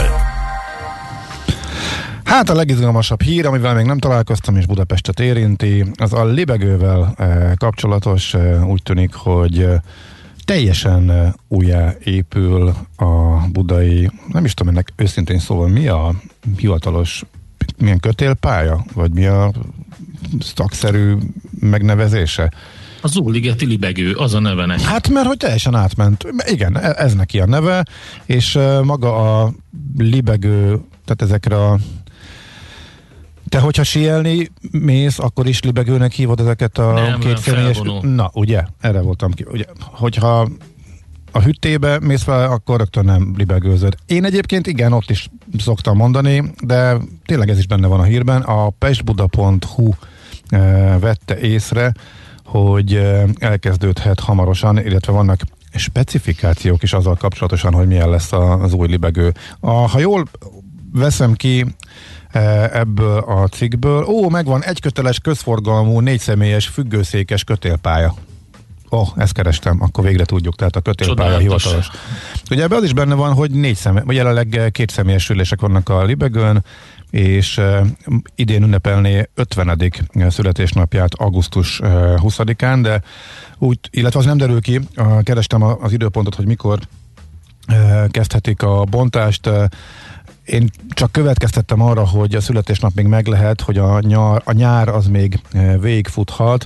Speaker 4: Hát a legizgalmasabb hír, amivel még nem találkoztam, és Budapestet érinti, az a libegővel kapcsolatos. Úgy tűnik, hogy teljesen újjáépül a budai, nem is tudom ennek őszintén szóval mi a hivatalos, milyen kötélpálya, vagy mi a szakszerű megnevezése?
Speaker 5: A Zóligeti libegő, az a neve neki.
Speaker 4: Hát mert hogy teljesen átment. Igen, ez neki a neve, és maga a libegő, tehát ezekre a Te, hogyha síelni mész, akkor is libegőnek hívod ezeket a
Speaker 5: nem,
Speaker 4: kétszemélyes...
Speaker 5: felvonó.
Speaker 4: Na, ugye? Erre voltam ki. Ugye, hogyha a hüttébe mész fel, akkor rögtön nem libegőzöd. Én egyébként igen, ott is szoktam mondani, de tényleg ez is benne van a hírben. A pestbuda.hu vette észre, hogy elkezdődhet hamarosan, illetve vannak specifikációk is azzal kapcsolatosan, hogy milyen lesz az új libegő. Ha jól veszem ki ebből a cikkből, megvan egyköteles közforgalmú 4 személyes függőszékes kötélpálya. Ezt kerestem, akkor végre tudjuk, tehát a kötélpálya hivatalos. Ugye ebben az is benne van, hogy vagy jelenleg 2 személyes ülések vannak a libegőn, és idén ünnepelné 50. születésnapját augusztus 20-án, de úgy, illetve az nem derül ki, kerestem az időpontot, hogy mikor kezdhetik a bontást. Én csak következtettem arra, hogy a születésnap még meg lehet, hogy a nyár az még végigfuthat,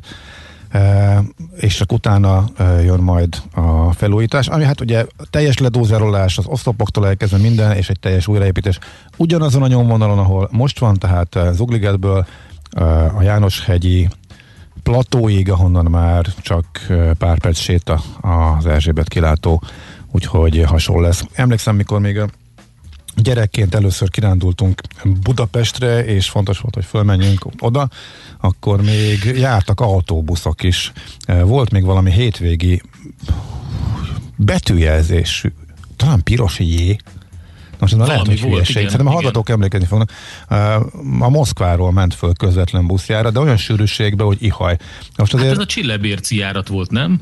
Speaker 4: és csak utána jön majd a felújítás, ami hát ugye teljes ledózerolás, az oszlopoktól elkezdve minden, és egy teljes újraépítés ugyanazon a nyomvonalon, ahol most van, tehát Zugligetből a Jánoshegyi platóig, ahonnan már csak pár perc séta az Erzsébet kilátó, úgyhogy hasonló lesz. Emlékszem, mikor még gyerekként először kirándultunk Budapestre, és fontos volt, hogy fölmenjünk oda, akkor még jártak autóbuszok is. Volt még valami hétvégi betűjelzésű, talán piros J. Most lehet, hogy hülyeség. Szerintem a hallgatók emlékezni fognak. A Moszkváról ment föl közvetlen buszjára, de olyan sűrűségben, hogy ihaj. Most azért...
Speaker 5: Hát ez a Csillebérci járat volt, nem?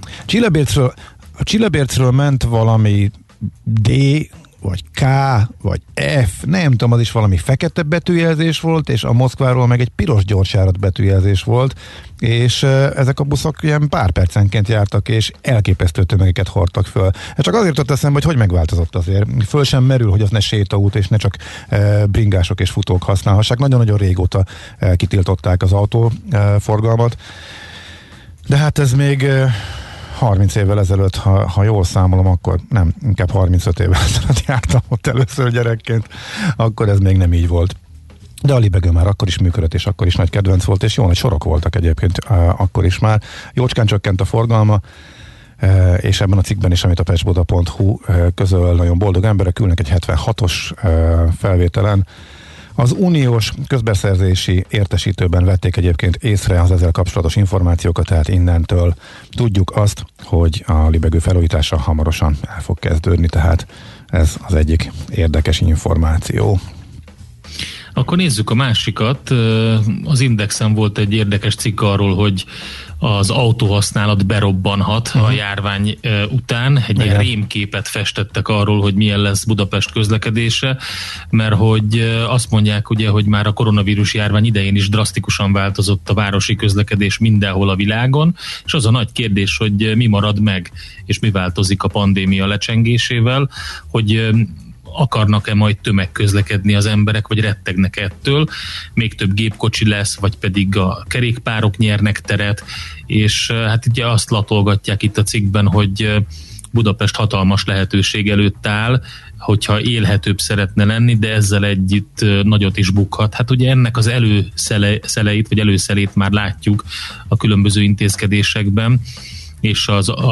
Speaker 4: A Csillebércről ment valami D, vagy K, vagy F, nem tudom, az is valami fekete betűjelzés volt, és a Moszkváról meg egy piros gyorsjárat betűjelzés volt, és ezek a buszok ilyen pár percenként jártak, és elképesztő tömegeket hordtak föl. Ez csak azért ott eszembe, hogy megváltozott azért. Föl sem merül, hogy az ne sétaút, és ne csak bringások és futók használhassák. Nagyon-nagyon régóta kitiltották az autóforgalmat. De hát ez még 30 évvel ezelőtt, ha jól számolom, akkor nem, inkább 35 évvel ezelőtt jártam ott először gyerekként, akkor ez még nem így volt. De a libegő már akkor is működött, és akkor is nagy kedvenc volt, és jó nagy sorok voltak egyébként akkor is már. Jócskán csökkent a forgalma, és ebben a cikkben is, amit a pestbuda.hu közöl, nagyon boldog emberek ülnek egy 76-os felvételen. Az uniós közbeszerzési értesítőben vették egyébként észre az ezzel kapcsolatos információkat, tehát innentől tudjuk azt, hogy a libegő felújítása hamarosan el fog kezdődni, tehát ez az egyik érdekes információ.
Speaker 5: Akkor nézzük a másikat. Az Indexen volt egy érdekes cikk arról, hogy az autóhasználat berobbanhat a járvány után. Egy ilyen rémképet festettek arról, hogy milyen lesz Budapest közlekedése, mert hogy azt mondják ugye, hogy már a koronavírus járvány idején is drasztikusan változott a városi közlekedés mindenhol a világon, és az a nagy kérdés, hogy mi marad meg, és mi változik a pandémia lecsengésével, hogy akarnak-e majd tömegközlekedni az emberek, vagy rettegnek ettől, még több gépkocsi lesz, vagy pedig a kerékpárok nyernek teret, és hát ugye azt latolgatják itt a cikkben, hogy Budapest hatalmas lehetőség előtt áll, hogyha élhetőbb szeretne lenni, de ezzel együtt nagyot is bukhat. Hát ugye ennek az előszeleit, vagy előszelét már látjuk a különböző intézkedésekben, és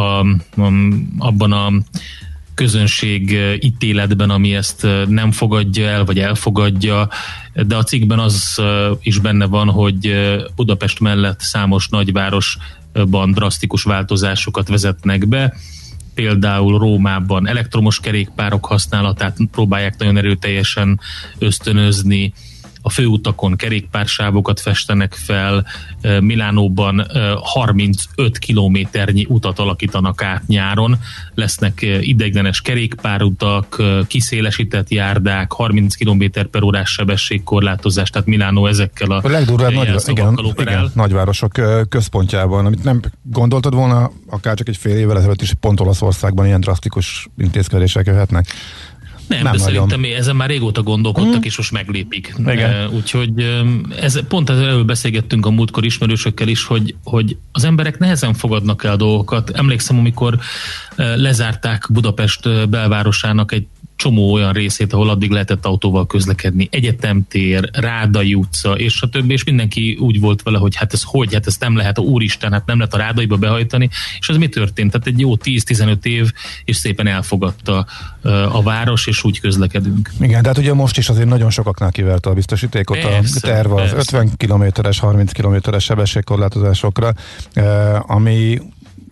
Speaker 5: abban a közönség ítéletben, ami ezt nem fogadja el, vagy elfogadja, de a cikkben az is benne van, hogy Budapest mellett számos nagyvárosban drasztikus változásokat vezetnek be, például Rómában elektromos kerékpárok használatát próbálják nagyon erőteljesen ösztönözni, a főutakon kerékpársávokat festenek fel, Milánóban 35 kilométernyi utat alakítanak át nyáron, lesznek ideiglenes kerékpárutak, kiszélesített járdák, 30 km/h sebességkorlátozás, tehát Milánó ezekkel a
Speaker 4: legdurvább igen, nagyvárosok központjában, amit nem gondoltad volna, akár csak egy fél évvel ezelőtt is pont Olaszországban ilyen drasztikus intézkedések jöhetnek.
Speaker 5: Nem, de szerintem ezen már régóta gondolkodtak, és most meglépik. Úgyhogy pont erről beszélgettünk a múltkor ismerősökkel is, hogy az emberek nehezen fogadnak el dolgokat. Emlékszem, amikor lezárták Budapest belvárosának egy csomó olyan részét, ahol addig lehetett autóval közlekedni, Egyetemtér, Rádai utca, és a többi, és mindenki úgy volt vele, hogy hát ezt nem lehet, úristen, hát nem lehet a Rádaiba behajtani, és ez mi történt? Tehát egy jó 10-15 év, és szépen elfogadta a város, és úgy közlekedünk.
Speaker 4: Igen, de hát ugye most is azért nagyon sokaknál kiverte a biztosítékot, persze, a terv az 50 km-es, 30 km-es sebességkorlátozásokra, ami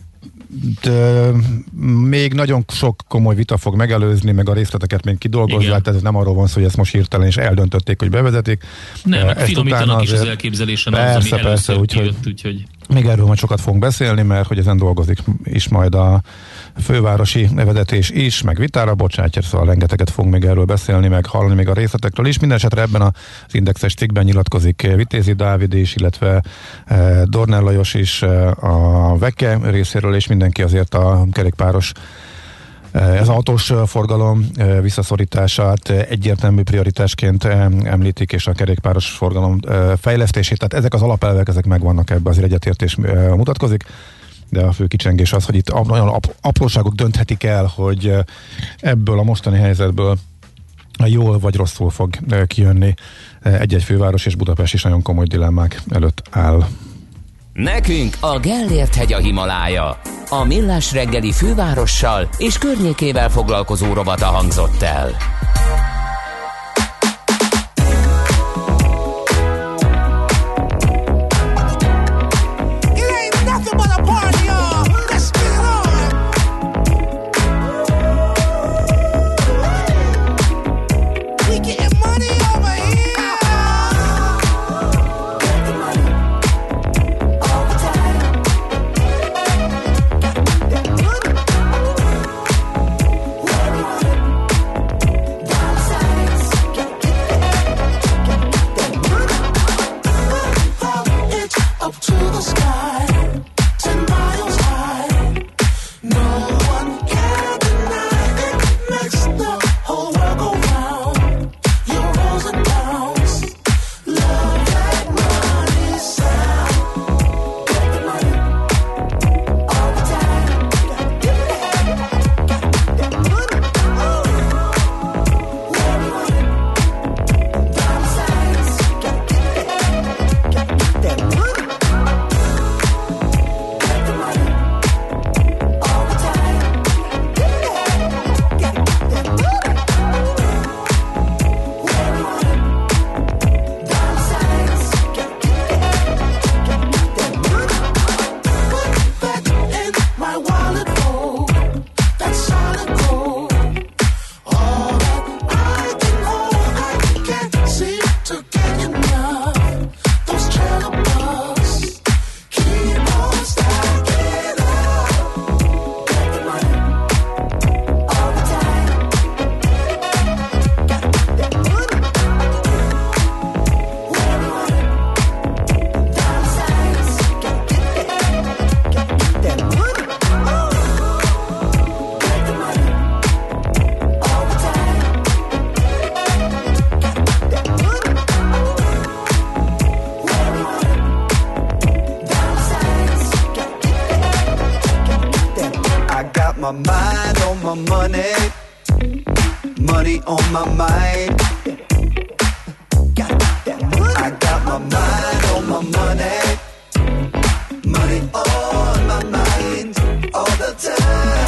Speaker 4: még nagyon sok komoly vita fog megelőzni, meg a részleteket még kidolgozzák, tehát ez nem arról van szó, hogy ezt most hirtelen és eldöntötték, hogy bevezetik.
Speaker 5: Nem, finomítanak is az elképzelésen, ami először kijött, úgyhogy...
Speaker 4: Még erről majd sokat fogunk beszélni, mert hogy ezen dolgozik is majd a fővárosi vezetés is, meg vitára bocsátja, szóval rengeteget fogunk még erről beszélni, meg hallani még a részletekről is. Minden esetre ebben az Indexes cikkben nyilatkozik Vitézi Dávid is, illetve Dornell Lajos is a Veke részéről, és mindenki azért a kerékpáros az autós forgalom visszaszorítását egyértelmű prioritásként említik, és a kerékpáros forgalom fejlesztését. Tehát ezek az alapelvek, ezek megvannak, ebben azért egyetértés mutatkozik, de a fő kicsengés az, hogy itt nagyon apróságok dönthetik el, hogy ebből a mostani helyzetből jól vagy rosszul fog kijönni egy-egy főváros, és Budapest is nagyon komoly dilemmák előtt áll.
Speaker 1: Nekünk a Gellért-hegy a Himalája. A Millás reggeli fővárossal és környékével foglalkozó rovata hangzott el.
Speaker 10: my mind on my money, money on my mind. I got my mind on my money, money on my mind all the time.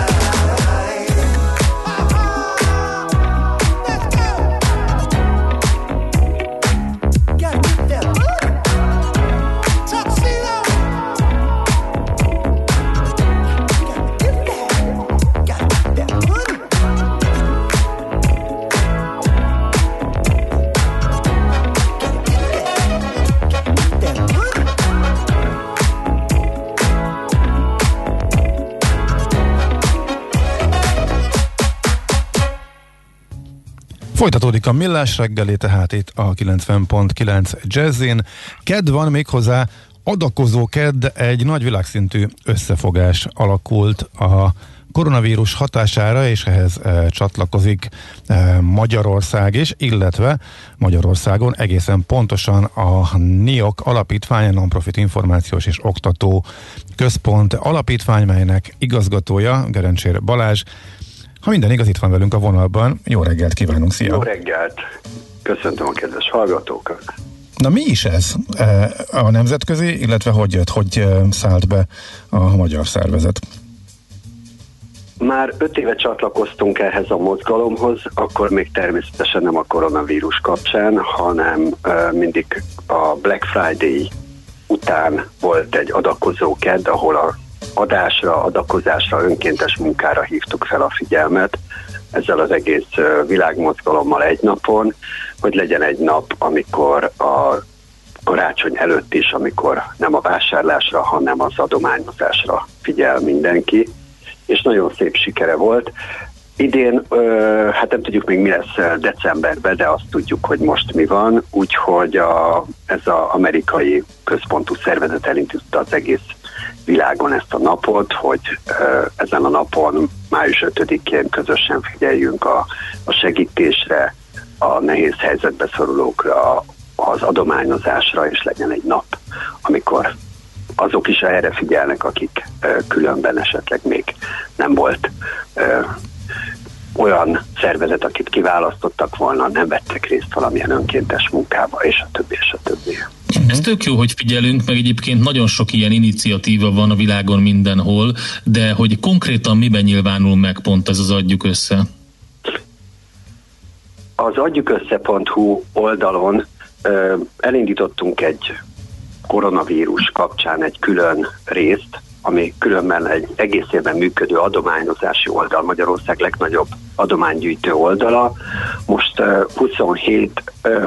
Speaker 4: Folytatódik a Millás reggeli, tehát itt a 90.9 Jazzin. Kedd van, méghozzá adakozó kedd, egy nagy világszintű összefogás alakult a koronavírus hatására, és ehhez csatlakozik Magyarország is, illetve Magyarországon egészen pontosan a NIOK alapítvány, Non-Profit Információs és Oktató Központ alapítvány, melynek igazgatója, Gerencsér Balázs. Ha minden igaz, itt van velünk a vonalban. Jó reggelt kívánunk, szia!
Speaker 11: Jó reggelt! Köszöntöm a kedves hallgatókat!
Speaker 4: Na mi is ez a nemzetközi, illetve hogy jött, hogy szállt be a magyar szervezet?
Speaker 11: Már 5 éve csatlakoztunk ehhez a mozgalomhoz, akkor még természetesen nem a koronavírus kapcsán, hanem mindig a Black Friday után volt egy adakozó kedd, ahol a adakozásra, önkéntes munkára hívtuk fel a figyelmet, ezzel az egész világmozgalommal egy napon, hogy legyen egy nap, amikor a karácsony előtt is, amikor nem a vásárlásra, hanem az adományozásra figyel mindenki, és nagyon szép sikere volt. Idén, hát nem tudjuk még mi lesz decemberben, de azt tudjuk, hogy most mi van, úgyhogy ez az amerikai központú szervezet elindította az egész világon ezt a napot, hogy ezen a napon, május 5-én közösen figyeljünk a segítésre, a nehéz helyzetbe szorulókra, az adományozásra, és legyen egy nap, amikor azok is erre figyelnek, akik különben esetleg még nem volt olyan szervezet, akit kiválasztottak volna, nem vettek részt valamilyen önkéntes munkába, és a többi, és a többi.
Speaker 5: Ez tök jó, hogy figyelünk, meg egyébként nagyon sok ilyen iniciatíva van a világon mindenhol, de hogy konkrétan miben nyilvánul meg pont ez az Adjuk Össze?
Speaker 11: Az adjukössze.hu oldalon elindítottunk egy koronavírus kapcsán egy külön részt, ami különben egy egész évben működő adományozási oldal, Magyarország legnagyobb adománygyűjtő oldala. Most 27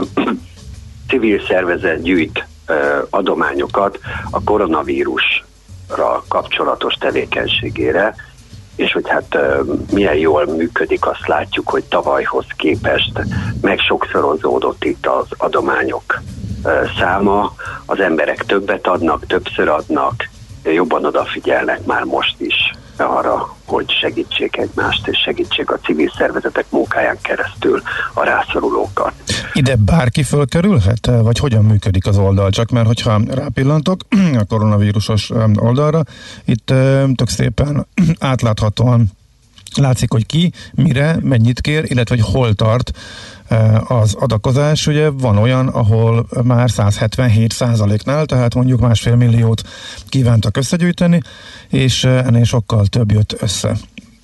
Speaker 11: civil szervezet gyűjt adományokat a koronavírusra kapcsolatos tevékenységére, és hogy hát milyen jól működik, azt látjuk, hogy tavalyhoz képest megsokszorozódott itt az adományok száma, az emberek többet adnak, többször adnak, jobban odafigyelnek már most is arra, hogy segítsék egymást, és segítsék a civil szervezetek munkáján keresztül a rászorulókat.
Speaker 4: Ide bárki fölkerülhet, vagy hogyan működik az oldal? Csak mert hogyha rápillantok a koronavírusos oldalra, itt tök szépen átláthatóan látszik, hogy ki, mire, mennyit kér, illetve hogy hol tart az adakozás. Ugye van olyan, ahol már 177%-nál, tehát mondjuk 1,5 milliót kívántak összegyűjteni, és ennél sokkal több jött össze.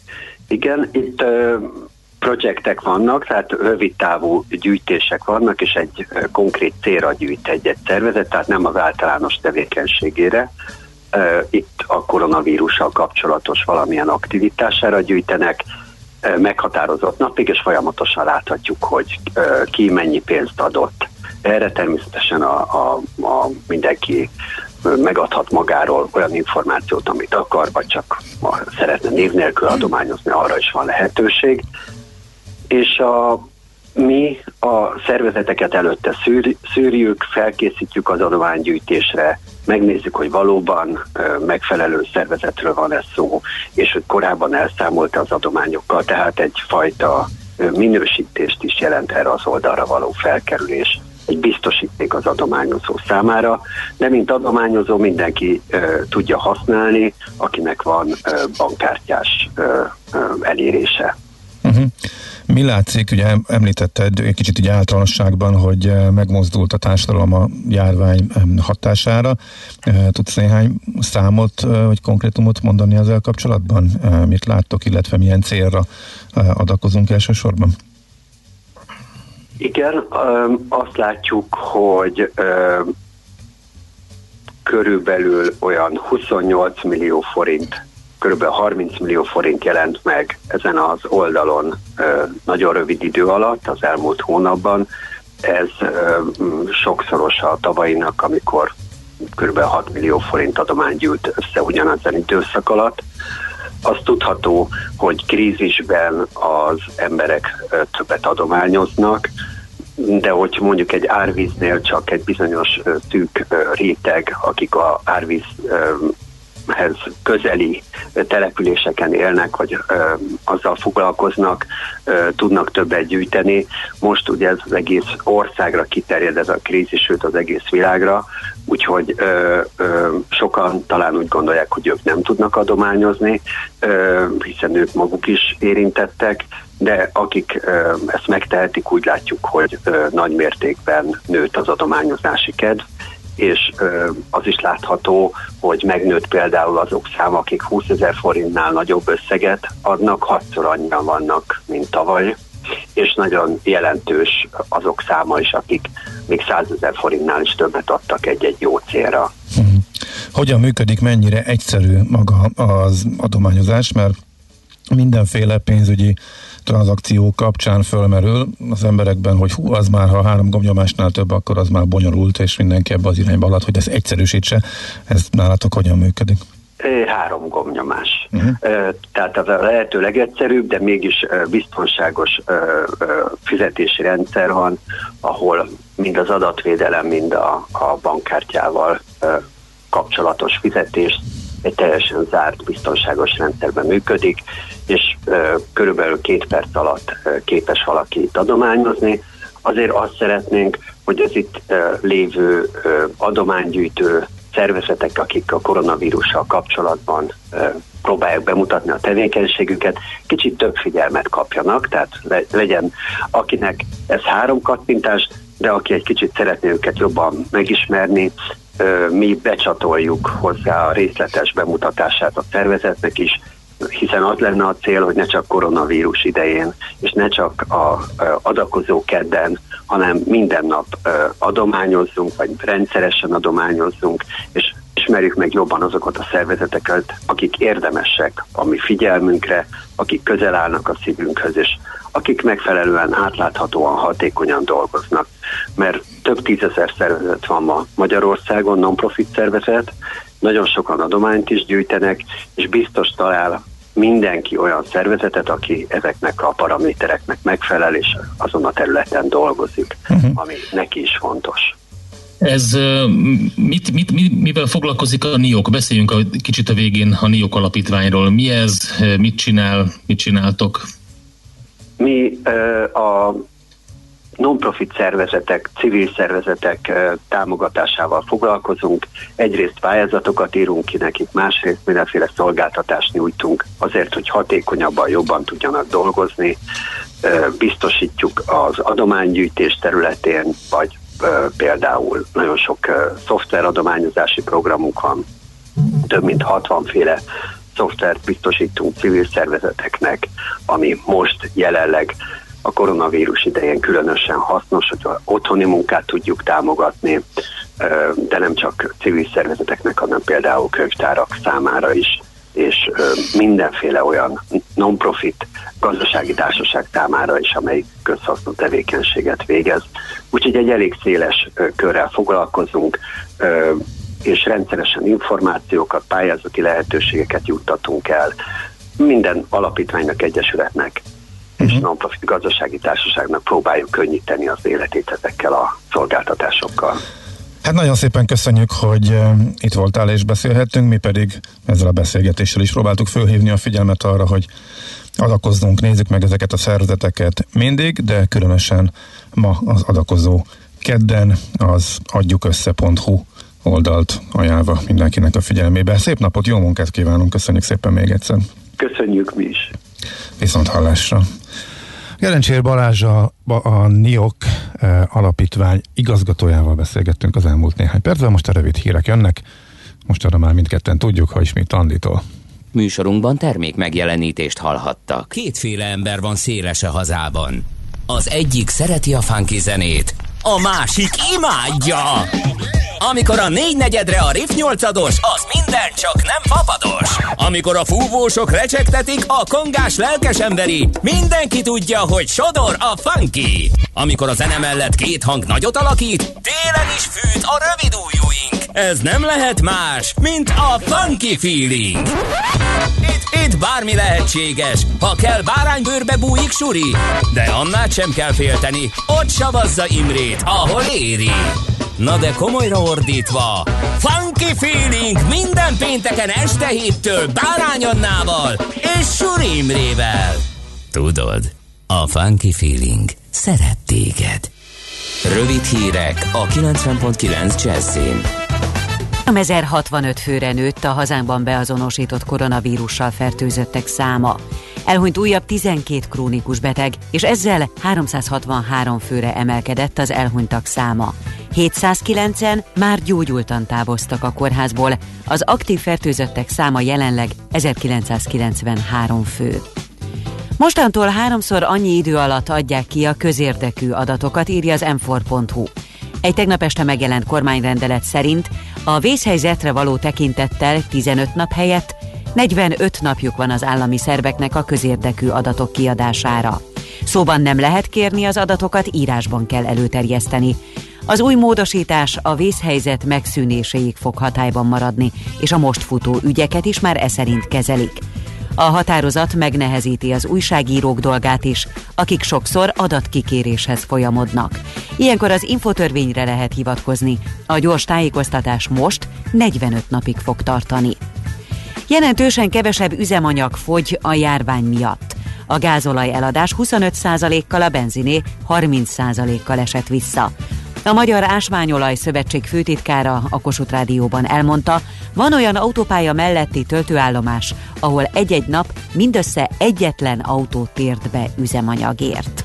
Speaker 11: Igen, itt projektek vannak, tehát rövid távú gyűjtések vannak, és egy konkrét célra gyűjt egy szervezet, tehát nem az általános tevékenységére. Itt a koronavírussal kapcsolatos valamilyen aktivitására gyűjtenek, meghatározott napig, és folyamatosan láthatjuk, hogy ki mennyi pénzt adott. Erre természetesen a mindenki megadhat magáról olyan információt, amit akar, vagy csak szeretne név nélkül adományozni, arra is van lehetőség. És mi a szervezeteket előtte szűrjük, felkészítjük az adománygyűjtésre, megnézzük, hogy valóban megfelelő szervezetről van ez szó, és hogy korábban elszámolta az adományokkal, tehát egyfajta minősítést is jelent erre az oldalra való felkerülés, egy biztosíték az adományozó számára, de mint adományozó mindenki tudja használni, akinek van bankkártyás elérése.
Speaker 4: Mi látszik, ugye említetted egy kicsit így általánosságban, hogy megmozdult a társadalom a járvány hatására. Tudsz néhány számot vagy konkrétumot mondani ezzel kapcsolatban? Mit láttok, illetve milyen célra adakozunk elsősorban?
Speaker 11: Igen, azt látjuk, hogy körülbelül olyan 28 millió forint, körülbelül 30 millió forint jelent meg ezen az oldalon nagyon rövid idő alatt, az elmúlt hónapban. Ez sokszorosa a tavalyinak, amikor körülbelül 6 millió forint adomány gyűlt össze ugyanezen időszak alatt. Az tudható, hogy krízisben az emberek többet adományoznak, de hogy mondjuk egy árvíznél csak egy bizonyos szűk réteg, akik a árvíz közeli településeken élnek, vagy azzal foglalkoznak, tudnak többet gyűjteni. Most ugye ez az egész országra kiterjed ez a krízis, sőt az egész világra, úgyhogy sokan talán úgy gondolják, hogy ők nem tudnak adományozni, hiszen ők maguk is érintettek, de akik ezt megtehetik, úgy látjuk, hogy nagy mértékben nőtt az adományozási kedv, és az is látható, hogy megnőtt például azok száma, akik 20 000 forintnál nagyobb összeget adnak, 6-szor annyian vannak, mint tavaly, és nagyon jelentős azok száma is, akik még 100 000 forintnál is többet adtak egy-egy jó célra.
Speaker 12: Hogyan működik, mennyire egyszerű maga az adományozás, mert mindenféle pénzügyi tranzakció kapcsán fölmerül az emberekben, hogy az már, ha 3 gombnyomásnál több, akkor az már bonyolult, és mindenki ebbe az irányba alatt, hogy ez egyszerűsítse. Ez nálatok hogyan működik?
Speaker 11: 3 gombnyomás. Tehát az a lehető legegyszerűbb, de mégis biztonságos fizetési rendszer van, ahol mind az adatvédelem, mind a bankkártyával kapcsolatos fizetés egy teljesen zárt, biztonságos rendszerben működik, és körülbelül 2 perc alatt képes valaki itt adományozni. Azért azt szeretnénk, hogy az itt lévő adománygyűjtő szervezetek, akik a koronavírussal kapcsolatban próbálják bemutatni a tevékenységüket, kicsit több figyelmet kapjanak, tehát legyen akinek ez 3 kattintás, de aki egy kicsit szeretné őket jobban megismerni, mi becsatoljuk hozzá a részletes bemutatását a szervezetnek is, hiszen az lenne a cél, hogy ne csak koronavírus idején, és ne csak a adakozó kedden, hanem minden nap adományozzunk, vagy rendszeresen adományozzunk, és ismerjük meg jobban azokat a szervezeteket, akik érdemesek a mi figyelmünkre, akik közel állnak a szívünkhöz, és akik megfelelően átláthatóan, hatékonyan dolgoznak. Mert több 10 000 szervezet van ma Magyarországon, non-profit szervezet, nagyon sokan adományt is gyűjtenek, és biztos talál mindenki olyan szervezetet, aki ezeknek a paramétereknek megfelel, és azon a területen dolgozik, ami neki is fontos.
Speaker 5: Ez mivel foglalkozik a NIOK? Beszéljünk kicsit a végén a NIOK alapítványról. Mi ez? Mit csináltok?
Speaker 11: Mi a non-profit szervezetek, civil szervezetek támogatásával foglalkozunk. Egyrészt pályázatokat írunk ki nekik, másrészt mindenféle szolgáltatást nyújtunk azért, hogy hatékonyabban, jobban tudjanak dolgozni. Biztosítjuk az adománygyűjtés területén, vagy például nagyon sok szoftveradományozási programunk van, több mint 60 féle szoftvert biztosítunk civil szervezeteknek, ami most jelenleg a koronavírus idején különösen hasznos, hogy otthoni munkát tudjuk támogatni, de nem csak civil szervezeteknek, hanem például könyvtárak számára is, és mindenféle olyan non-profit gazdasági társaság számára is, amelyik közhasznú tevékenységet végez. Úgyhogy egy elég széles körrel foglalkozunk, és rendszeresen információkat, pályázati lehetőségeket juttatunk el minden alapítványnak, egyesületnek és non-profit gazdasági társaságnak próbáljuk könnyíteni az életét ezekkel a szolgáltatásokkal.
Speaker 12: Hát nagyon szépen köszönjük, hogy itt voltál és beszélhettünk, mi pedig ezzel a beszélgetéssel is próbáltuk fölhívni a figyelmet arra, hogy adakozzunk, nézzük meg ezeket a szervezeteket mindig, de különösen ma az adakozó kedden az adjukössze.hu oldalt ajánlva mindenkinek a figyelmébe. Szép napot, jó munkát kívánunk, köszönjük szépen még egyszer.
Speaker 11: Köszönjük mi is.
Speaker 12: Viszont hallásra.
Speaker 4: Gerencsér Balázs a NIOK alapítvány igazgatójával beszélgettünk az elmúlt néhány percben, most a rövid hírek jönnek, most arra már mindketten tudjuk, ha ismét Anditól.
Speaker 1: Műsorunkban termék megjelenítést hallhattak. Kétféle ember van széles a hazában. Az egyik szereti a funky zenét, a másik imádja. Amikor a 4/4-re a Riff 8-ados, az minden, csak nem fapados. Amikor a fúvósok recsegtetik, a kongás lelkes emberi, mindenki tudja, hogy sodor a funky. Amikor a zene mellett 2 hang nagyot alakít, télen is fűt a rövid ujjúink. Ez nem lehet más, mint a funky feeling. Itt bármi lehetséges, ha kell báránybőrbe bújik suri, de annál sem kell félteni, ott savazza Imrét, ahol éri. Na de komolyra ordítva, Funky Feeling minden pénteken este 7-től Bárány Annával és Suri Imrével. Tudod, a Funky Feeling szeret téged. Rövid hírek a 90.9 Jazzin.
Speaker 7: 1065 főre nőtt a hazánkban beazonosított koronavírussal fertőzöttek száma. Elhunyt újabb 12 krónikus beteg, és ezzel 363 főre emelkedett az elhunytak száma. 709-en már gyógyultan távoztak a kórházból, az aktív fertőzöttek száma jelenleg 1993 fő. Mostantól 3-szor annyi idő alatt adják ki a közérdekű adatokat, írja az m4.hu. Egy tegnap este megjelent kormányrendelet szerint a vészhelyzetre való tekintettel 15 nap helyett 45 napjuk van az állami szerveknek a közérdekű adatok kiadására. Szóban nem lehet kérni az adatokat, írásban kell előterjeszteni. Az új módosítás a vészhelyzet megszűnéséig fog hatályban maradni, és a most futó ügyeket is már eszerint kezelik. A határozat megnehezíti az újságírók dolgát is, akik sokszor adatkikéréshez folyamodnak. Ilyenkor az infotörvényre lehet hivatkozni. A gyors tájékoztatás most 45 napig fog tartani. Jelentősen kevesebb üzemanyag fogy a járvány miatt. A gázolaj eladás 25%-kal, a benziné 30%-kal esett vissza. A Magyar Ásványolaj Szövetség főtitkára a Kossuth Rádióban elmondta, van olyan autópálya melletti töltőállomás, ahol egy-egy nap mindössze egyetlen autó tért be üzemanyagért.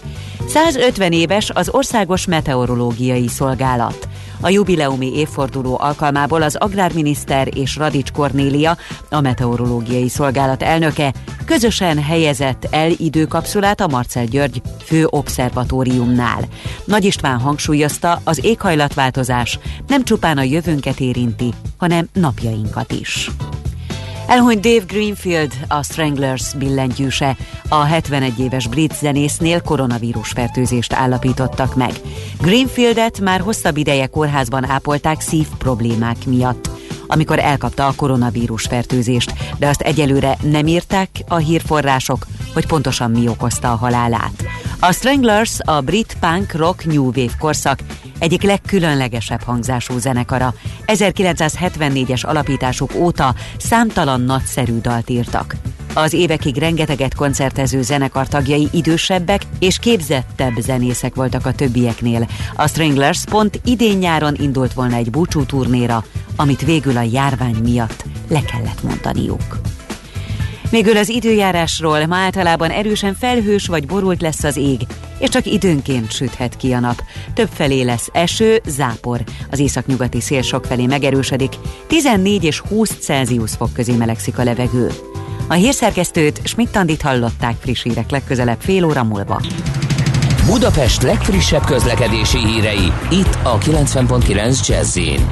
Speaker 7: 150 éves az Országos Meteorológiai Szolgálat. A jubileumi évforduló alkalmából az agrárminiszter és Radics Kornélia, a Meteorológiai Szolgálat elnöke közösen helyezett el időkapszulát a Marcel György fő obszervatóriumnál. Nagy István hangsúlyozta, az éghajlatváltozás nem csupán a jövőnket érinti, hanem napjainkat is. Elhunyt Dave Greenfield, a Stranglers billentyűse. A 71 éves brit zenésznél koronavírus fertőzést állapítottak meg. Greenfieldet már hosszabb ideje kórházban ápolták szívproblémák miatt, amikor elkapta a koronavírus fertőzést, de azt egyelőre nem írták a hírforrások, hogy pontosan mi okozta a halálát. A Stranglers a brit punk rock new wave korszak egyik legkülönlegesebb hangzású zenekara. 1974-es alapításuk óta számtalan nagyszerű dalt írtak. Az évekig rengeteget koncertező zenekar tagjai idősebbek és képzettebb zenészek voltak a többieknél. A Stranglers pont idén-nyáron indult volna egy búcsú turnéra, amit végül a járvány miatt le kellett mondaniuk. Végül az időjárásról: ma általában erősen felhős vagy borult lesz az ég, és csak időnként süthet ki a nap. Többfelé lesz eső, zápor. Az északnyugati szél sokfelé megerősödik, 14 és 20 Celsius fok közé melegszik a levegő. A hírszerkesztőt, Schmidt-Andit hallották, friss hírek legközelebb fél óra múlva.
Speaker 1: Budapest legfrissebb közlekedési hírei, itt a 90.9 Jazzin.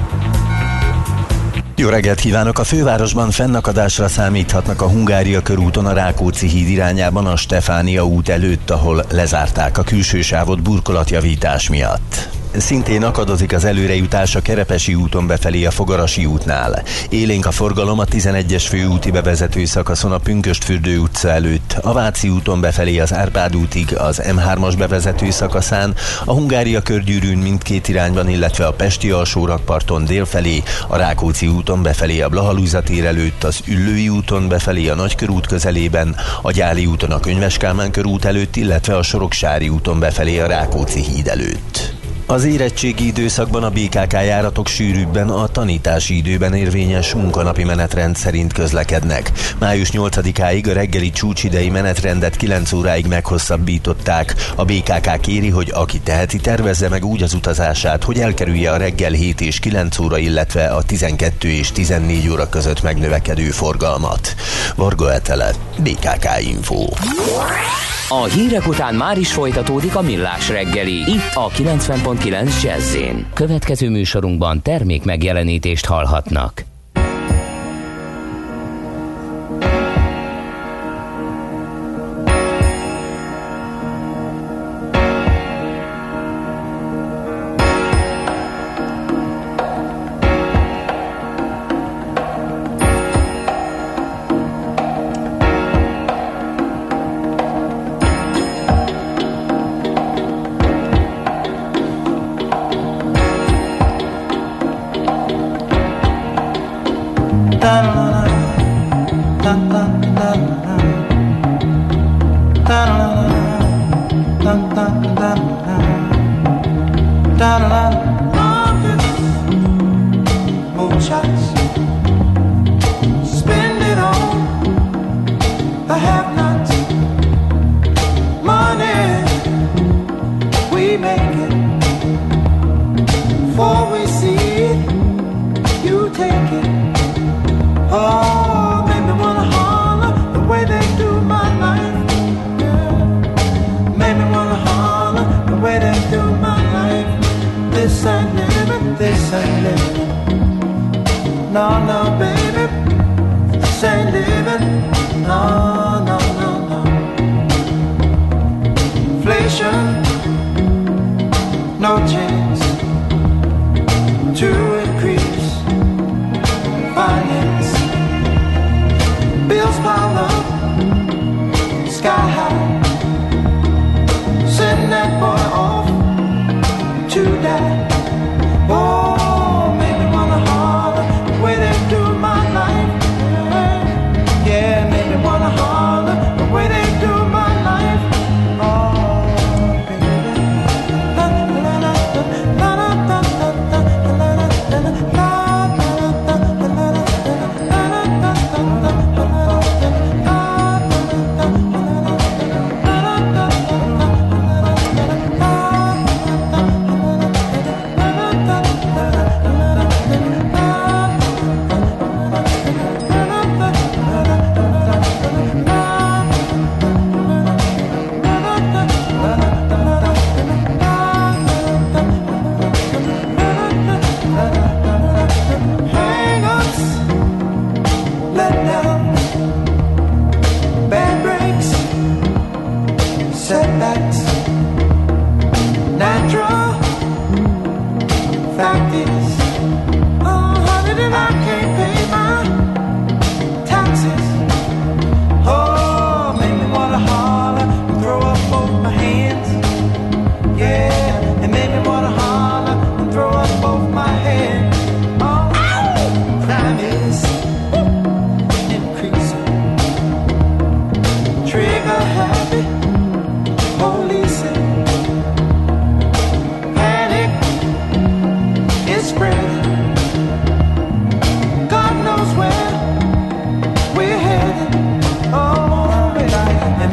Speaker 13: Jó reggelt kívánok! A fővárosban fennakadásra számíthatnak a Hungária körúton a Rákóczi híd irányában a Stefánia út előtt, ahol lezárták a külső sávot burkolatjavítás miatt. Szintén akadozik az előrejutás a Kerepesi úton befelé a Fogarasi útnál. Élénk a forgalom a 11-es főúti bevezető szakaszon a Pünkösdfürdő utca előtt, a Váci úton befelé az Árpád útig, az M3-as bevezető szakaszán, a Hungária körgyűrűn mindkét irányban, illetve a Pesti alsórakparton délfelé, a Rákóczi úton befelé a Blaha-Lujza tér előtt, az Üllői úton befelé a Nagykörút közelében, a Gyáli úton a Könyves Kálmán körút előtt, illetve a Soroksári úton befelé a Rákóczi híd előtt. Az érettségi időszakban a BKK járatok sűrűbben a tanítási időben érvényes munkanapi menetrend szerint közlekednek. Május 8-áig a reggeli csúcsidei menetrendet 9 óráig meghosszabbították. A BKK kéri, hogy aki teheti, tervezze meg úgy az utazását, hogy elkerülje a reggel 7 és 9 óra, illetve a 12 és 14 óra között megnövekedő forgalmat. Varga Etele, BKK Info.
Speaker 1: A hírek után már is folytatódik a Millás reggeli, itt a 90.9 Jazzin. Következő műsorunkban termék megjelenítést hallhatnak.
Speaker 9: moonshots, spend it on the have-nots. Money, we make it. Before we see it, you take it. Oh, made me wanna holler the way they do my life. Yeah. Made me wanna holler the way they do my life. This ain't living, this ain't living. No, no, baby, this ain't living. No, no, no, no. Inflation, no chance to increase finance. Bills pile up, sky high. Send that boy off to die. Oh, make me wanna holler the way they do my life. Yeah, make me wanna holler the way they do my life. Oh, baby. La la la la la la la la la la la. Setbacks, natural. Fact is, oh, honey, that I can't pay my taxes. Oh, make me wanna holler and throw up both my hands. Yeah, it made me wanna holler and throw up both my hands. Oh, crime is increasing. Trigger happy. Policing, panic is spreading. God knows where we're headed. Oh, baby, and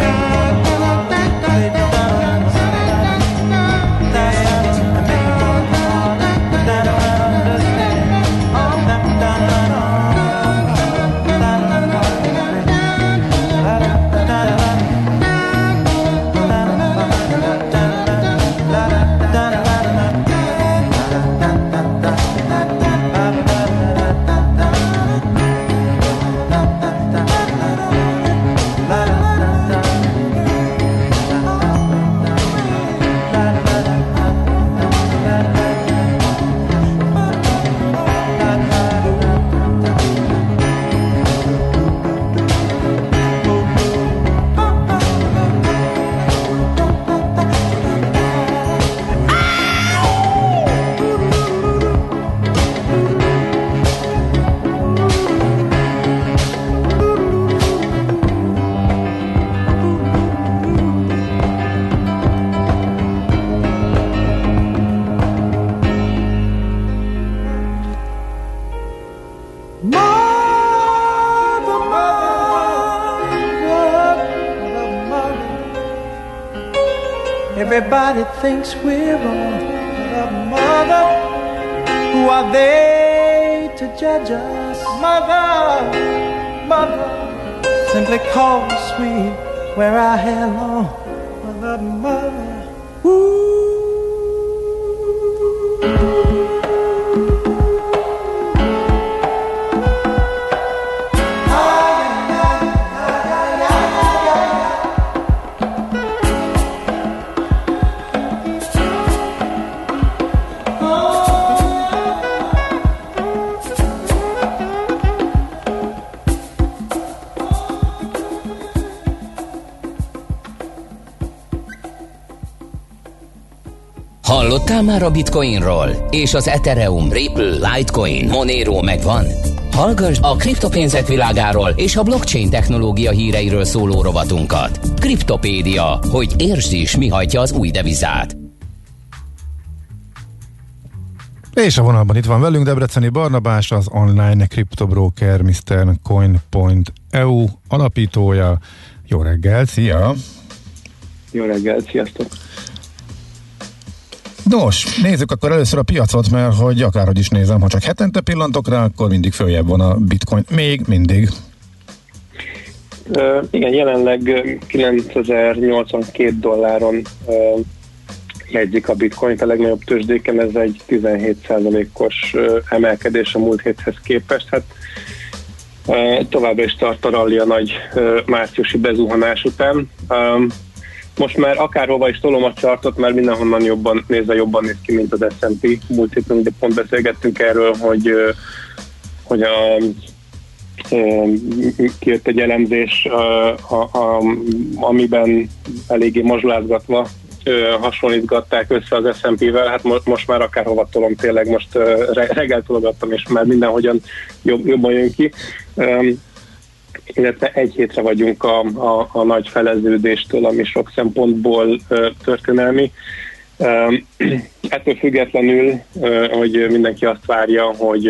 Speaker 9: everybody thinks we're wrong. Mother, who are they to judge us? Mother, mother, simply cause we wear our hair long. Mother, mother, ooh.
Speaker 1: Hallottál már a Bitcoinról? És az Ethereum, Ripple, Litecoin, Monero megvan? Hallgass a kriptopénzek világáról és a blockchain technológia híreiről szóló rovatunkat. Kriptopédia, hogy értsd is, mi hajtja az új devizát.
Speaker 4: És a vonalban itt van velünk Debreceni Barnabás, az online kriptobroker MrCoin.eu alapítója. Jó reggelt, szia!
Speaker 14: Jó reggelt, sziasztok!
Speaker 12: Nos, nézzük akkor először a piacot, mert hogy akárhogy is nézem, ha csak hetente pillantok rá, akkor mindig följebb van a bitcoin. Még mindig.
Speaker 14: Igen, jelenleg $9082 jegyzik a bitcoint a legnagyobb tőzsdéken, ez egy 17%-os emelkedés a múlt héthez képest. Hát továbbra is tart a ralli a nagy márciusi bezuhanás után. Most már akárhova is tolom a chartot, mert mindenhonnan jobban néz ki, mint az S&P. Múlt héten ugye pont beszélgettünk erről, hogy kijött egy elemzés, amiben eléggé mazsolázgatva hasonlítgatták össze az S&P-vel, hát most már akárhova tolom, tényleg most reggel tologattam, és már mindenhogyan jobban jön ki. Illetve egy hétre vagyunk a nagy feleződéstől, ami sok szempontból történelmi. Ettől függetlenül, hogy mindenki azt várja,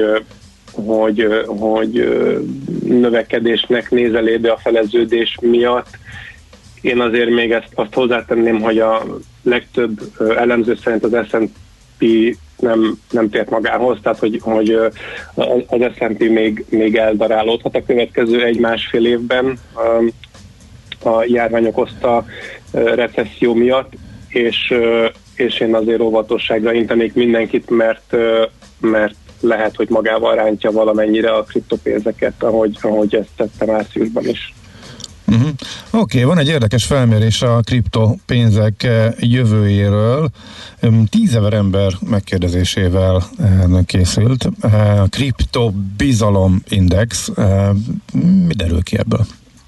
Speaker 14: hogy növekedésnek néz elébe a feleződés miatt. Én azért még azt hozzátenném, hogy a legtöbb elemző szerint az S&P nem tért magához, tehát hogy az S&P még eldarálódhat a következő 1-1,5 évben a járvány okozta recesszió miatt, és én azért óvatosságra intenék mindenkit, mert lehet, hogy magával rántja valamennyire a kriptopénzeket, ahogy ezt tette márciusban is.
Speaker 12: Oké, van egy érdekes felmérés a kriptopénzek jövőjéről. 10 000 ember megkérdezésével készült. Kriptobizalom index. Mi derül ki ebből?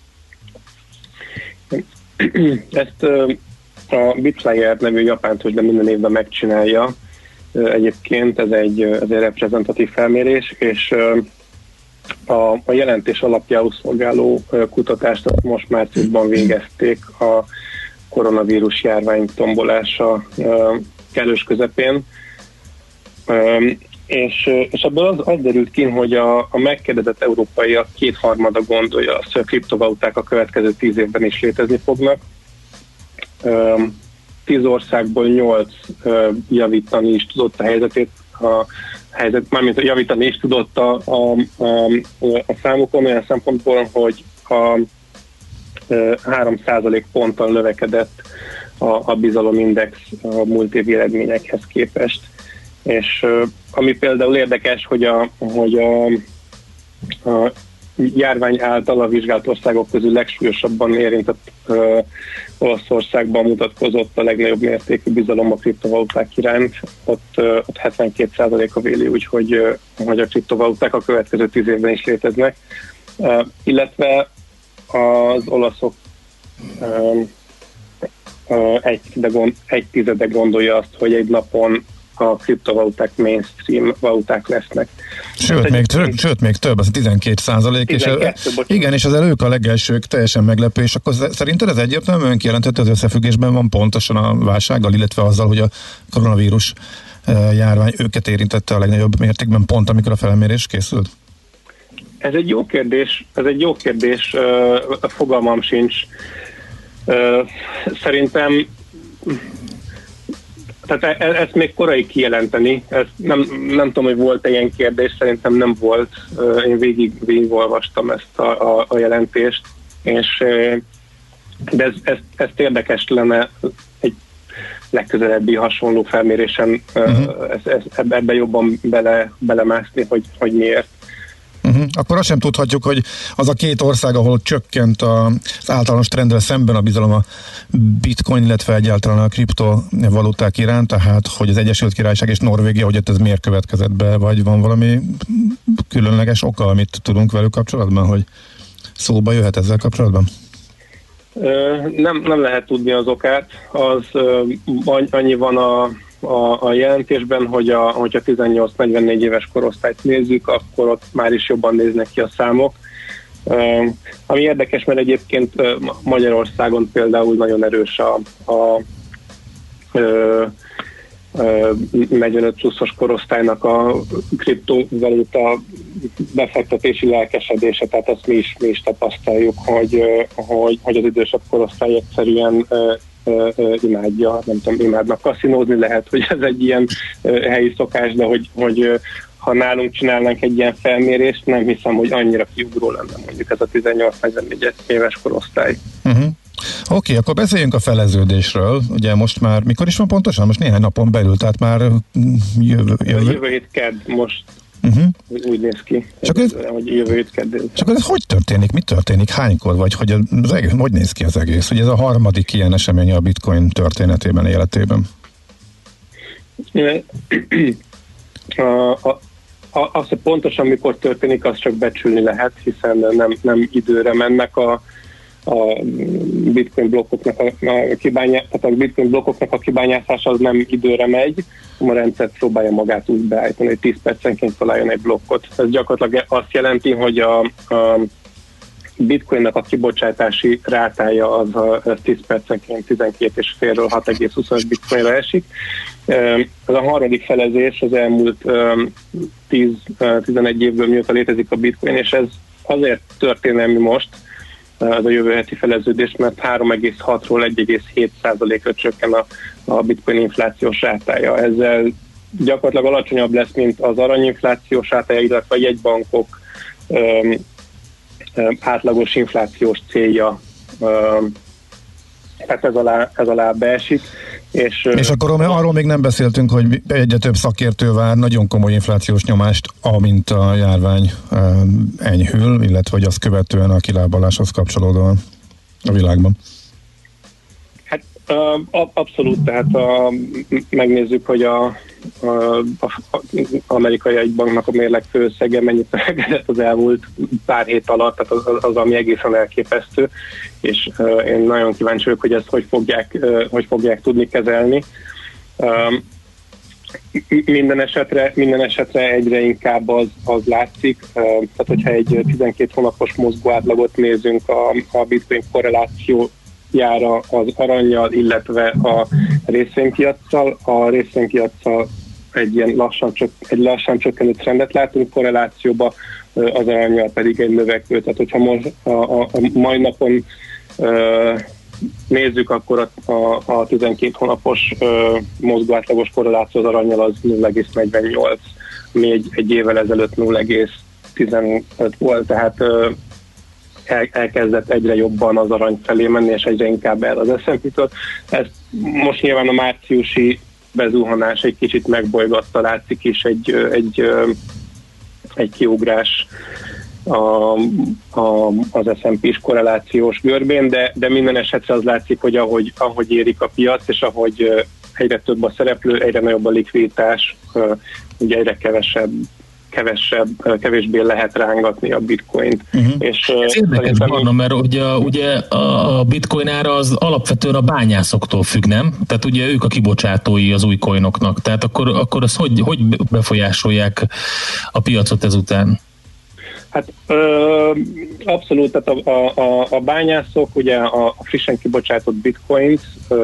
Speaker 14: Ezt a Bitflyer nevű japán tőzsde minden évben megcsinálja. Egyébként ez egy reprezentatív felmérés, és a jelentés alapjául szolgáló kutatást most márciusban végezték a koronavírus járvány tombolása kellős közepén. És ebből az derült ki, hogy a megkérdezett európaiak 2/3 gondolja azt, hogy a kriptovaluták a következő 10 évben is létezni fognak. 10 országból 8 javítani is tudott a helyzetét, mármint javítani is tudott a számukon olyan szempontból, hogy 3% ponttal növekedett a bizalomindex a múlt évi eredményekhez képest. És ami például érdekes, hogy a járvány által a vizsgált országok közül legsúlyosabban érintett Olaszországban mutatkozott a legnagyobb mértékű bizalom a kriptovaluták iránt. Ott 72%-a véli úgy, hogy a kriptovaluták a következő 10 évben is léteznek. Illetve az olaszok 1/10 gondolja azt, hogy egy napon a kriptovaluták mainstream valuták lesznek.
Speaker 12: Sőt, még több, az 12%. Igen, és az ők a legelsők, teljesen meglepő, és akkor szerinted ez egyértelműen kijelenthető, az összefüggésben van pontosan a válsággal, illetve azzal, hogy a koronavírus járvány őket érintette a legnagyobb mértékben pont, amikor a felmérés készült?
Speaker 14: Ez egy jó kérdés, fogalmam sincs. Szerintem tehát ezt még korai kijelenteni. Ezt nem tudom, hogy volt-e ilyen kérdés, szerintem nem volt. Én végigolvastam ezt a jelentést, de ezt érdekes lenne egy legközelebbi hasonló felmérésen ebbe jobban belemászni, hogy miért.
Speaker 12: Akkor azt sem tudhatjuk, hogy az a 2 ország, ahol csökkent az általános trenddel szemben a bizalom a bitcoin, illetve egyáltalán a kriptovaluták iránt, tehát hogy az Egyesült Királyság és Norvégia, hogy ez miért következett be, vagy van valami különleges oka, amit tudunk velük kapcsolatban, hogy szóba jöhet ezzel kapcsolatban?
Speaker 14: Nem lehet tudni az okát. Annyi van a jelentésben, hogyha 18-44 éves korosztályt nézzük, akkor ott már is jobban néznek ki a számok. Ami érdekes, mert egyébként Magyarországon például nagyon erős 45 pluszos korosztálynak a kriptovaluta befektetési lelkesedése, tehát ezt mi is tapasztaljuk, hogy az idősebb korosztály egyszerűen imádja, nem tudom, imádnak kaszinózni, lehet, hogy ez egy ilyen helyi szokás, de hogy ha nálunk csinálnánk egy ilyen felmérést, nem hiszem, hogy annyira kiugró lenne mondjuk ez a 18-44 éves korosztály.
Speaker 12: Oké, akkor beszéljünk a feleződésről. Ugye most már, mikor is van pontosan? Most néhány napon belül, tehát már
Speaker 14: jövő hét kedd, most úgy néz ki, hogy jövő hét kedd.
Speaker 12: Csak ez hogy történik? Mi történik? Hánykor? Vagy hogy néz ki az egész? Ugye ez a harmadik ilyen esemény a Bitcoin történetében, életében.
Speaker 14: Azt, hogy pontosan mikor történik, az csak becsülni lehet, hiszen nem időre mennek a bitcoin blokkoknak tehát a bitcoin blokkoknak a kibányászása az nem időre megy, a rendszer próbálja magát úgy beállítani, hogy 10 percenként találjon egy blokkot. Ez gyakorlatilag azt jelenti, hogy a bitcoinnak a kibocsátási rátája az 10 percenként 12,5-ről 6,20 bitcoinra esik. Ez a harmadik felezés az elmúlt 10-11 évből mióta létezik a bitcoin, és ez azért történelmi most, ez a jövő heti feleződés, mert 3,6-ról 1,7%-ra csökken a bitcoin inflációs rátája. Ezzel gyakorlatilag alacsonyabb lesz, mint az aranyinflációs rátája, illetve a jegybankok átlagos inflációs célja. Tehát ez alá beesik.
Speaker 12: És akkor arról még nem beszéltünk, hogy egyre több szakértő vár nagyon komoly inflációs nyomást, amint a járvány enyhül, illetve hogy azt követően a kilábaláshoz kapcsolódóan a világban.
Speaker 14: Hát abszolút, tehát megnézzük, hogy az amerikai egybanknak a mérleg főösszege mennyit növekedett az elmúlt pár hét alatt, tehát az ami egészen elképesztő, és én nagyon kíváncsi vagyok, hogy ezt hogy fogják tudni kezelni. Minden esetre egyre inkább az látszik, tehát hogyha egy 12 hónapos mozgó átlagot nézünk a bitcoin korrelációjára az arannyal, illetve a részvénypiaccal. A részvénypiaccal egy ilyen lassan csökkenő trendet látunk korrelációba, az arannyal pedig egy növekvő. Tehát hogyha most a mai napon nézzük, akkor a 12 hónapos mozgó átlagos korreláció az arannyal az 0,48, ami egy évvel ezelőtt 0,15 volt, tehát elkezdett egyre jobban az arany felé menni, és egyre inkább el az S&P-től. Ez most nyilván a márciusi bezuhanás egy kicsit megbolygatta, látszik is egy kiugrás az S&P-s korrelációs görbén, de minden esetre az látszik, hogy ahogy érik a piac, és ahogy egyre több a szereplő, egyre nagyobb a likviditás, ugye egyre kevésbé lehet rángatni a bitcoint.
Speaker 5: És ez érdekes, Barna, mert ugye a bitcoin ára az alapvetően a bányászoktól függ, nem? Tehát ugye ők a kibocsátói az új coinoknak. Tehát akkor azt hogy befolyásolják a piacot ezután?
Speaker 14: Hát abszolút, tehát a bányászok ugye a frissen kibocsátott bitcoint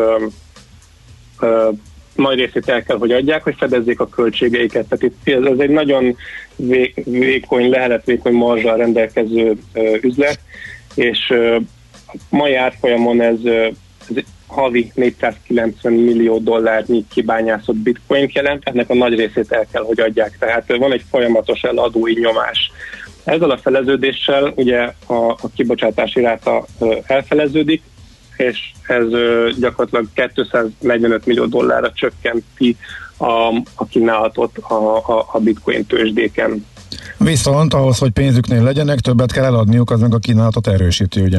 Speaker 14: nagy részét el kell, hogy adják, hogy fedezzék a költségeiket. Tehát itt ez egy nagyon vékony marzsal rendelkező üzlet, és a mai árfolyamon ez havi 490 millió dollárnyi kibányászott bitcoint jelent, ennek a nagy részét el kell, hogy adják. Tehát van egy folyamatos eladói nyomás. Ezzel a feleződéssel ugye a kibocsátási ráta elfeleződik, és ez gyakorlatilag 245 millió dollárra csökkenti a kínálatot a bitcoin tőzsdéken.
Speaker 12: Viszont ahhoz, hogy pénzüknél legyenek, többet kell eladniuk, az meg a kínálatot erősíti, ugye?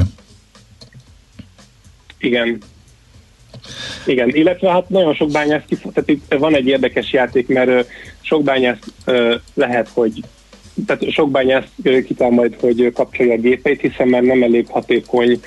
Speaker 14: Igen, illetve hát nagyon sok bányász tehát itt van egy érdekes játék, mert sok bányász lehet, hogy tehát sok bányász kitál majd, hogy kapcsolja a gépeit, hiszen már nem elég hatékony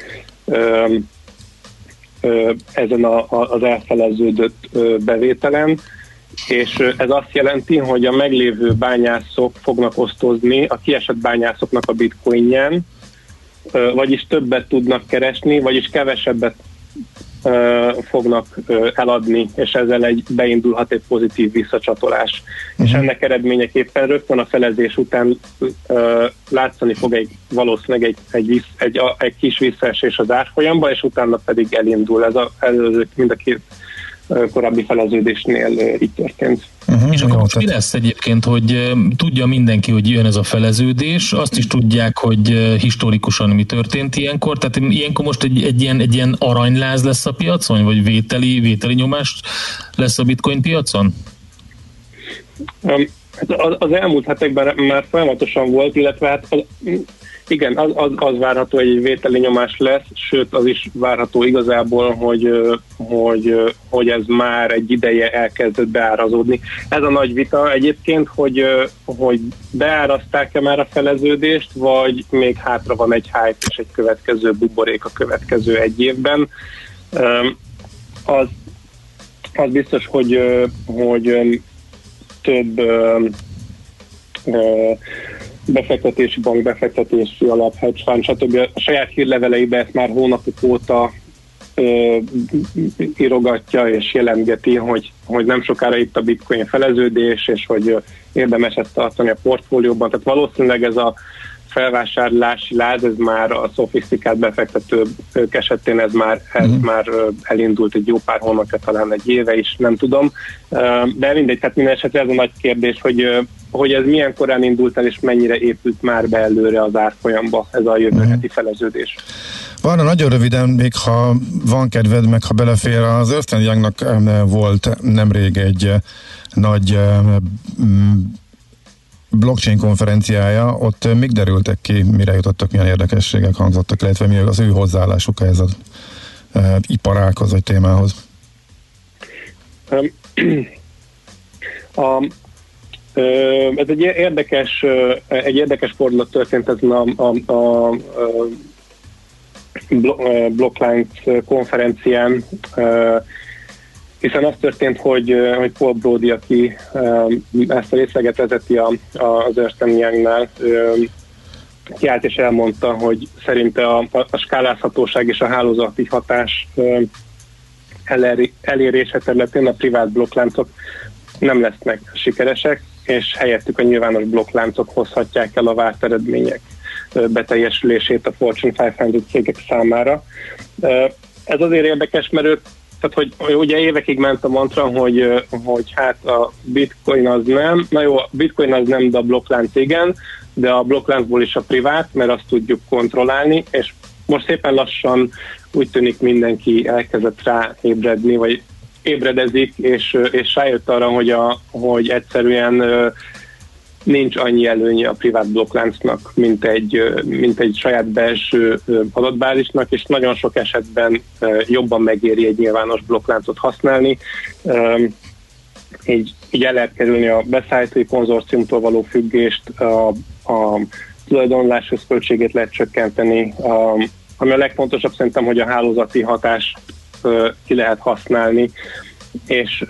Speaker 14: ezen az elfeleződött bevételen, és ez azt jelenti, hogy a meglévő bányászok fognak osztozni a kiesett bányászoknak a bitcoinján, vagyis többet tudnak keresni, vagyis kevesebbet fognak eladni, és ezzel beindulhat egy pozitív visszacsatolás. És ennek eredményeképpen rögtön a felezés után látszani fog valószínűleg egy kis visszaesés az árfolyamba, és utána pedig elindul. Ez mind a két korábbi feleződésnél így történt.
Speaker 5: És akkor most mi lesz egyébként, hogy tudja mindenki, hogy jön ez a feleződés, azt is tudják, hogy historikusan mi történt ilyenkor, tehát ilyenkor most egy ilyen aranyláz lesz a piacon, vagy vételi nyomás lesz a bitcoin piacon?
Speaker 14: Az elmúlt hetekben már folyamatosan volt, illetve hát igen, az várható, hogy egy vételi nyomás lesz, sőt az is várható igazából, hogy ez már egy ideje elkezdett beárazódni. Ez a nagy vita egyébként, hogy beárazták-e már a feleződést, vagy még hátra van egy hype és egy következő buborék a következő egy évben. Az biztos, hogy több befektetési bank, befektetési alap, hedge fund, stb. A saját hírleveleibe ezt már hónapok óta írogatja és jelentgeti, hogy nem sokára itt a bitcoin feleződés, és hogy érdemes ezt tartani a portfólióban. Tehát valószínűleg ez a felvásárlási láz, ez már a szofisztikált befektetők esetén ez már elindult egy jó pár hónapja, talán egy éve is, nem tudom. De mindegy, tehát minden esetre ez a nagy kérdés, hogy ez milyen korán indult el, és mennyire épült már be előre az árfolyamba ez a jövő heti feleződés.
Speaker 12: Van, nagyon röviden, még ha van kedved, meg ha belefér, az Ernst & Youngnak volt nemrég egy nagy blockchain konferenciája, ott még derültek ki, mire jutottak, milyen érdekességek hangzottak, illetve mi az ő hozzáállásuk ez az iparághoz, vagy témához?
Speaker 14: Ez egy érdekes fordulat történt ezen a Blocklines konferencián, hiszen az történt, hogy Paul Brody, aki ezt a részleget vezeti az Ernst & Youngnál, kiállt és elmondta, hogy szerinte a skálázhatóság és a hálózati hatás elérése területén a privát blokkláncok nem lesznek sikeresek, és helyettük a nyilvános blokkláncok hozhatják el a várt eredmények beteljesülését a Fortune 500 cégek számára. Ez azért érdekes, mert tehát, hogy ugye évekig ment a mantra, hogy hát a bitcoin az nem, na jó, a bitcoin az nem, de a blokklánc igen, de a blokkláncból is a privát, mert azt tudjuk kontrollálni, és most szépen lassan úgy tűnik mindenki elkezdett rá ébredni, vagy ébredezik, és rájött arra, hogy egyszerűen nincs annyi előnye a privát blokkláncnak, mint egy saját belső adatbázisnak, és nagyon sok esetben jobban megéri egy nyilvános blokkláncot használni. Így el lehet kerülni a beszállítói konzorciumtól való függést, a tulajdonlás összköltségét lehet csökkenteni. Ami a legfontosabb szerintem, hogy a hálózati hatást ki lehet használni, és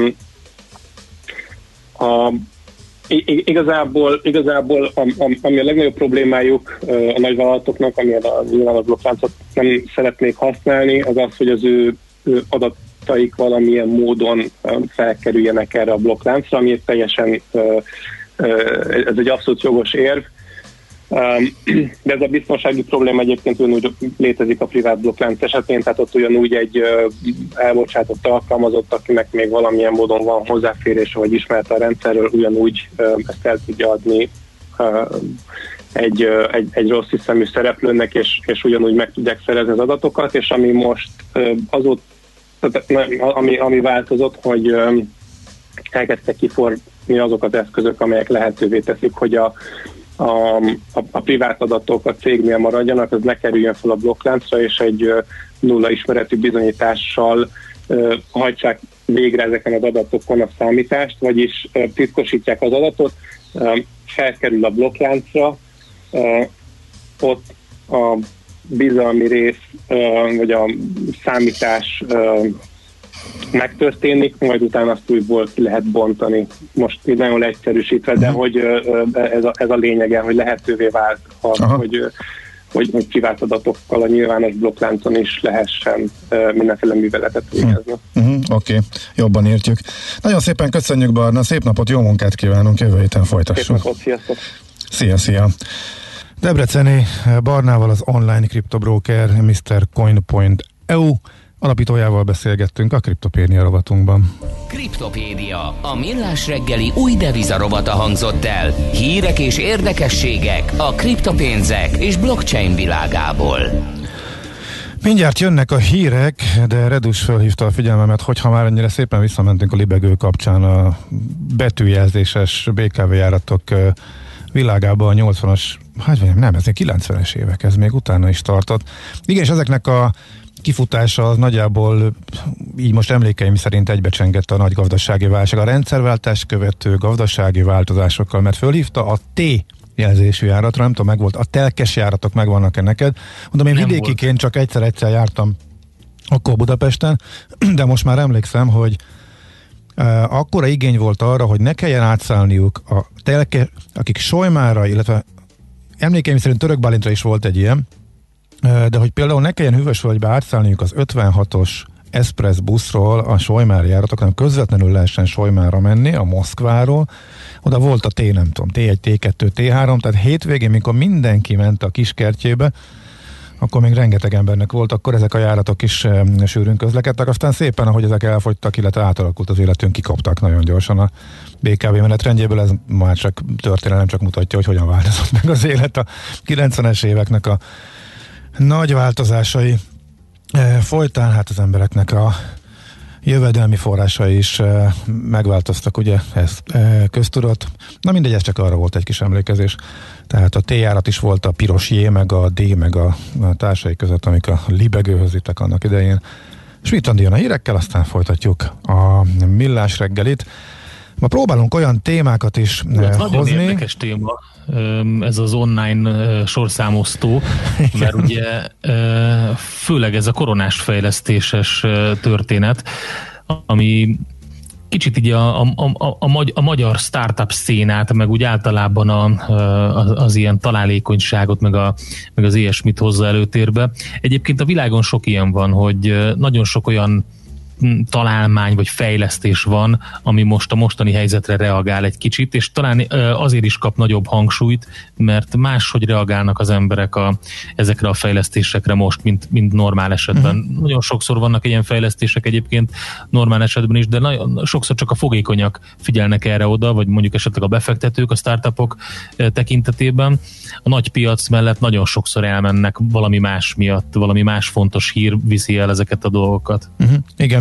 Speaker 14: igazából ami a legnagyobb problémájuk a nagyvállalatoknak, amilyen a nyilvános blokkláncot nem szeretnék használni, az az, hogy az ő adataik valamilyen módon felkerüljenek erre a blokkláncra, ami teljesen ez egy abszolút jogos érv. De ez a biztonsági probléma egyébként ugyanúgy létezik a privát blokklánc esetén, tehát ott ugyanúgy egy elbocsátott alkalmazott, akinek még valamilyen módon van hozzáférése vagy ismerte a rendszerről, ugyanúgy ezt el tudja adni egy rossz hiszemű szereplőnek, és ugyanúgy meg tudják szerezni az adatokat, és ami most ami változott, hogy elkezdtek kiforni azok az eszközök, amelyek lehetővé teszik, hogy a privát adatok a cégnél maradjanak, az ne kerüljön fel a blokkláncra, és egy nulla ismeretű bizonyítással hajtsák végre ezeken az adatokon a számítást, vagyis titkosítják az adatot, felkerül a blokkláncra, ott a bizalmi rész, vagy a számítás megtörténik, majd utána azt újból ki lehet bontani. Most így nagyon leegyszerűsítve, de hogy ez a lényege, hogy lehetővé vált az, hogy privát adatokkal a nyilvános blokkláncon is lehessen mindenféle műveletet végezni.
Speaker 12: Oké, jobban értjük. Nagyon szépen köszönjük, Barna, szép napot, jó munkát kívánunk, jövő héten folytassuk.
Speaker 14: Szép napot, sziasztok!
Speaker 12: Szia!
Speaker 4: Debreceni Barnával, az online kriptobroker MrCoin.eu alapítójával beszélgettünk a Kriptopédia rovatunkban.
Speaker 1: Kriptopédia, a millás reggeli új devizarovata hangzott el. Hírek és érdekességek a kriptopénzek és blockchain világából.
Speaker 4: Mindjárt jönnek a hírek, de Redus felhívta a figyelmemet, hogyha már ennyire szépen visszamentünk a libegő kapcsán a betűjelzéses BKV járatok világába a 80-as, nem, ez 90-es évek, ez még utána is tartott. Igen, és ezeknek a kifutása az nagyjából így most emlékeim szerint egybecsengett a nagy gazdasági válság, a rendszerváltás követő gazdasági változásokkal, mert fölhívta a T jelzésű járatra, nem tudom, megvolt, a telkes járatok megvannak-e neked? Mondom, én vidékiként csak egyszer jártam akkor Budapesten, de most már emlékszem, hogy akkora igény volt arra, hogy ne kelljen átszállniuk a telke, akik Solymára, illetve emlékeim szerint Törökbálintra is volt egy ilyen, de hogy például ne kelljen Hűvösvölgybe átszállniuk az 56-os express buszról a Solymári járatok, hanem közvetlenül lehessen Solymára menni a Moszkváról. Oda volt a nem tudom, T1, T2, T3, tehát hétvégén, mikor mindenki ment a kiskertjébe, akkor még rengeteg embernek volt, akkor ezek a járatok is sűrűn közlekedtek, aztán szépen, ahogy ezek elfogytak, illetve átalakult az életünk, kikaptak nagyon gyorsan a BKV menetrendjéből, ez már csak történelem, csak mutatja, hogy hogyan változott meg az élet a 90-es éveknek a nagy változásai folytán, hát az embereknek a jövedelmi forrásai is megváltoztak, ugye ez köztudott. Na mindegy, ez csak arra volt egy kis emlékezés. Tehát a T-járat is volt a piros J, meg a D, meg a társai között, amik a libegőhöz vittek annak idején. Schmidt jön a hírekkel, aztán folytatjuk a millás reggelit. Ma próbálunk olyan témákat is
Speaker 5: nagyon
Speaker 4: hozni.
Speaker 5: Nagyon érdekes téma ez az online sorszámosztó, mert ugye főleg ez a koronás fejlesztéses történet, ami kicsit így a magyar startup szénát, meg úgy általában az ilyen találékonyságot, meg az ilyesmit hozza előtérbe. Egyébként a világon sok ilyen van, hogy nagyon sok olyan találmány vagy fejlesztés van, ami most a mostani helyzetre reagál egy kicsit, és talán azért is kap nagyobb hangsúlyt, mert máshogy reagálnak az emberek ezekre a fejlesztésekre most, mint normál esetben. Nagyon sokszor vannak ilyen fejlesztések egyébként normál esetben is, de nagyon sokszor csak a fogékonyak figyelnek erre oda, vagy mondjuk esetleg a befektetők, a startupok tekintetében. A nagy piac mellett nagyon sokszor elmennek valami más miatt, valami más fontos hír viszi el ezeket a dolgokat.
Speaker 4: Igen.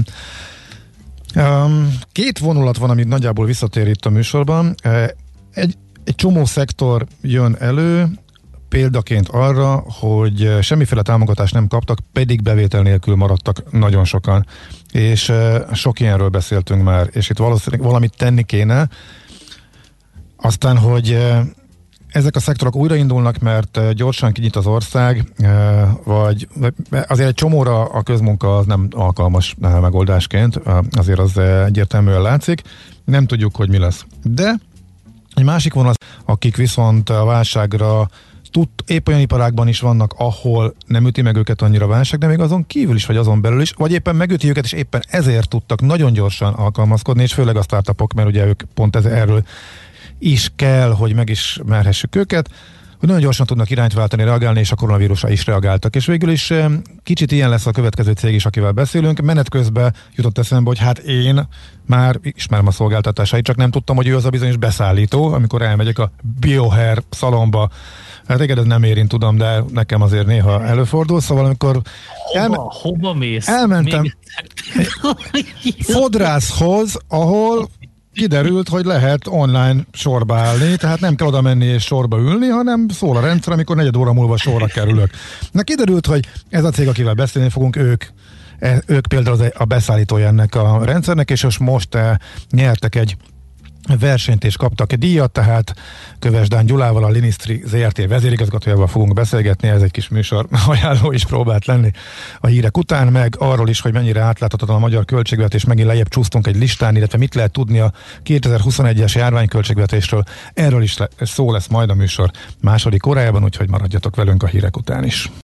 Speaker 4: Két vonulat van, amit nagyjából visszatér itt a műsorban. Egy csomó szektor jön elő, példaként arra, hogy semmiféle támogatást nem kaptak, pedig bevétel nélkül maradtak nagyon sokan. És sok ilyenről beszéltünk már, és itt valószínűleg valamit tenni kéne. Aztán, hogy ezek a szektorok újraindulnak, mert gyorsan kinyit az ország, vagy azért egy csomóra a közmunka az nem alkalmas megoldásként, azért az egyértelműen látszik. Nem tudjuk, hogy mi lesz. De egy másik vonal, akik viszont a válságra épp olyan iparágban is vannak, ahol nem üti meg őket annyira a válság, de még azon kívül is, vagy azon belül is, vagy éppen megüti őket, és éppen ezért tudtak nagyon gyorsan alkalmazkodni, és főleg a startupok, mert ugye ők pont erről is kell, hogy megismerhessük őket, hogy nagyon gyorsan tudnak irányt váltani, reagálni, és a koronavírusra is reagáltak. És végül is kicsit ilyen lesz a következő cég is, akivel beszélünk. Menet közben jutott eszembe, hogy hát én már ismerem a szolgáltatásait, csak nem tudtam, hogy ő az a bizonyos beszállító, amikor elmegyek a BioHair szalomba. Hát igen, ez nem érint, tudom, de nekem azért néha előfordul, szóval amikor
Speaker 5: hova mész?
Speaker 4: Elmentem fodrászhoz, ahol kiderült, hogy lehet online sorba állni, tehát nem kell oda menni és sorba ülni, hanem szól a rendszer, amikor 4 óra múlva sorra kerülök. Na kiderült, hogy ez a cég, akivel beszélni fogunk, ők például a beszállítója ennek a rendszernek, és most nyertek egy versenyt és kaptak egy díjat, tehát Kövesdán Gyulával, a Linisztri ZRT vezérigazgatójával fogunk beszélgetni, ez egy kis műsor ajánló is próbált lenni a hírek után, meg arról is, hogy mennyire átláthatatlan a magyar költségvetés, megint lejjebb csúsztunk egy listán, illetve mit lehet tudni a 2021-es járványköltségvetésről, erről is szó lesz majd a műsor második órájában, úgyhogy maradjatok velünk a hírek után is.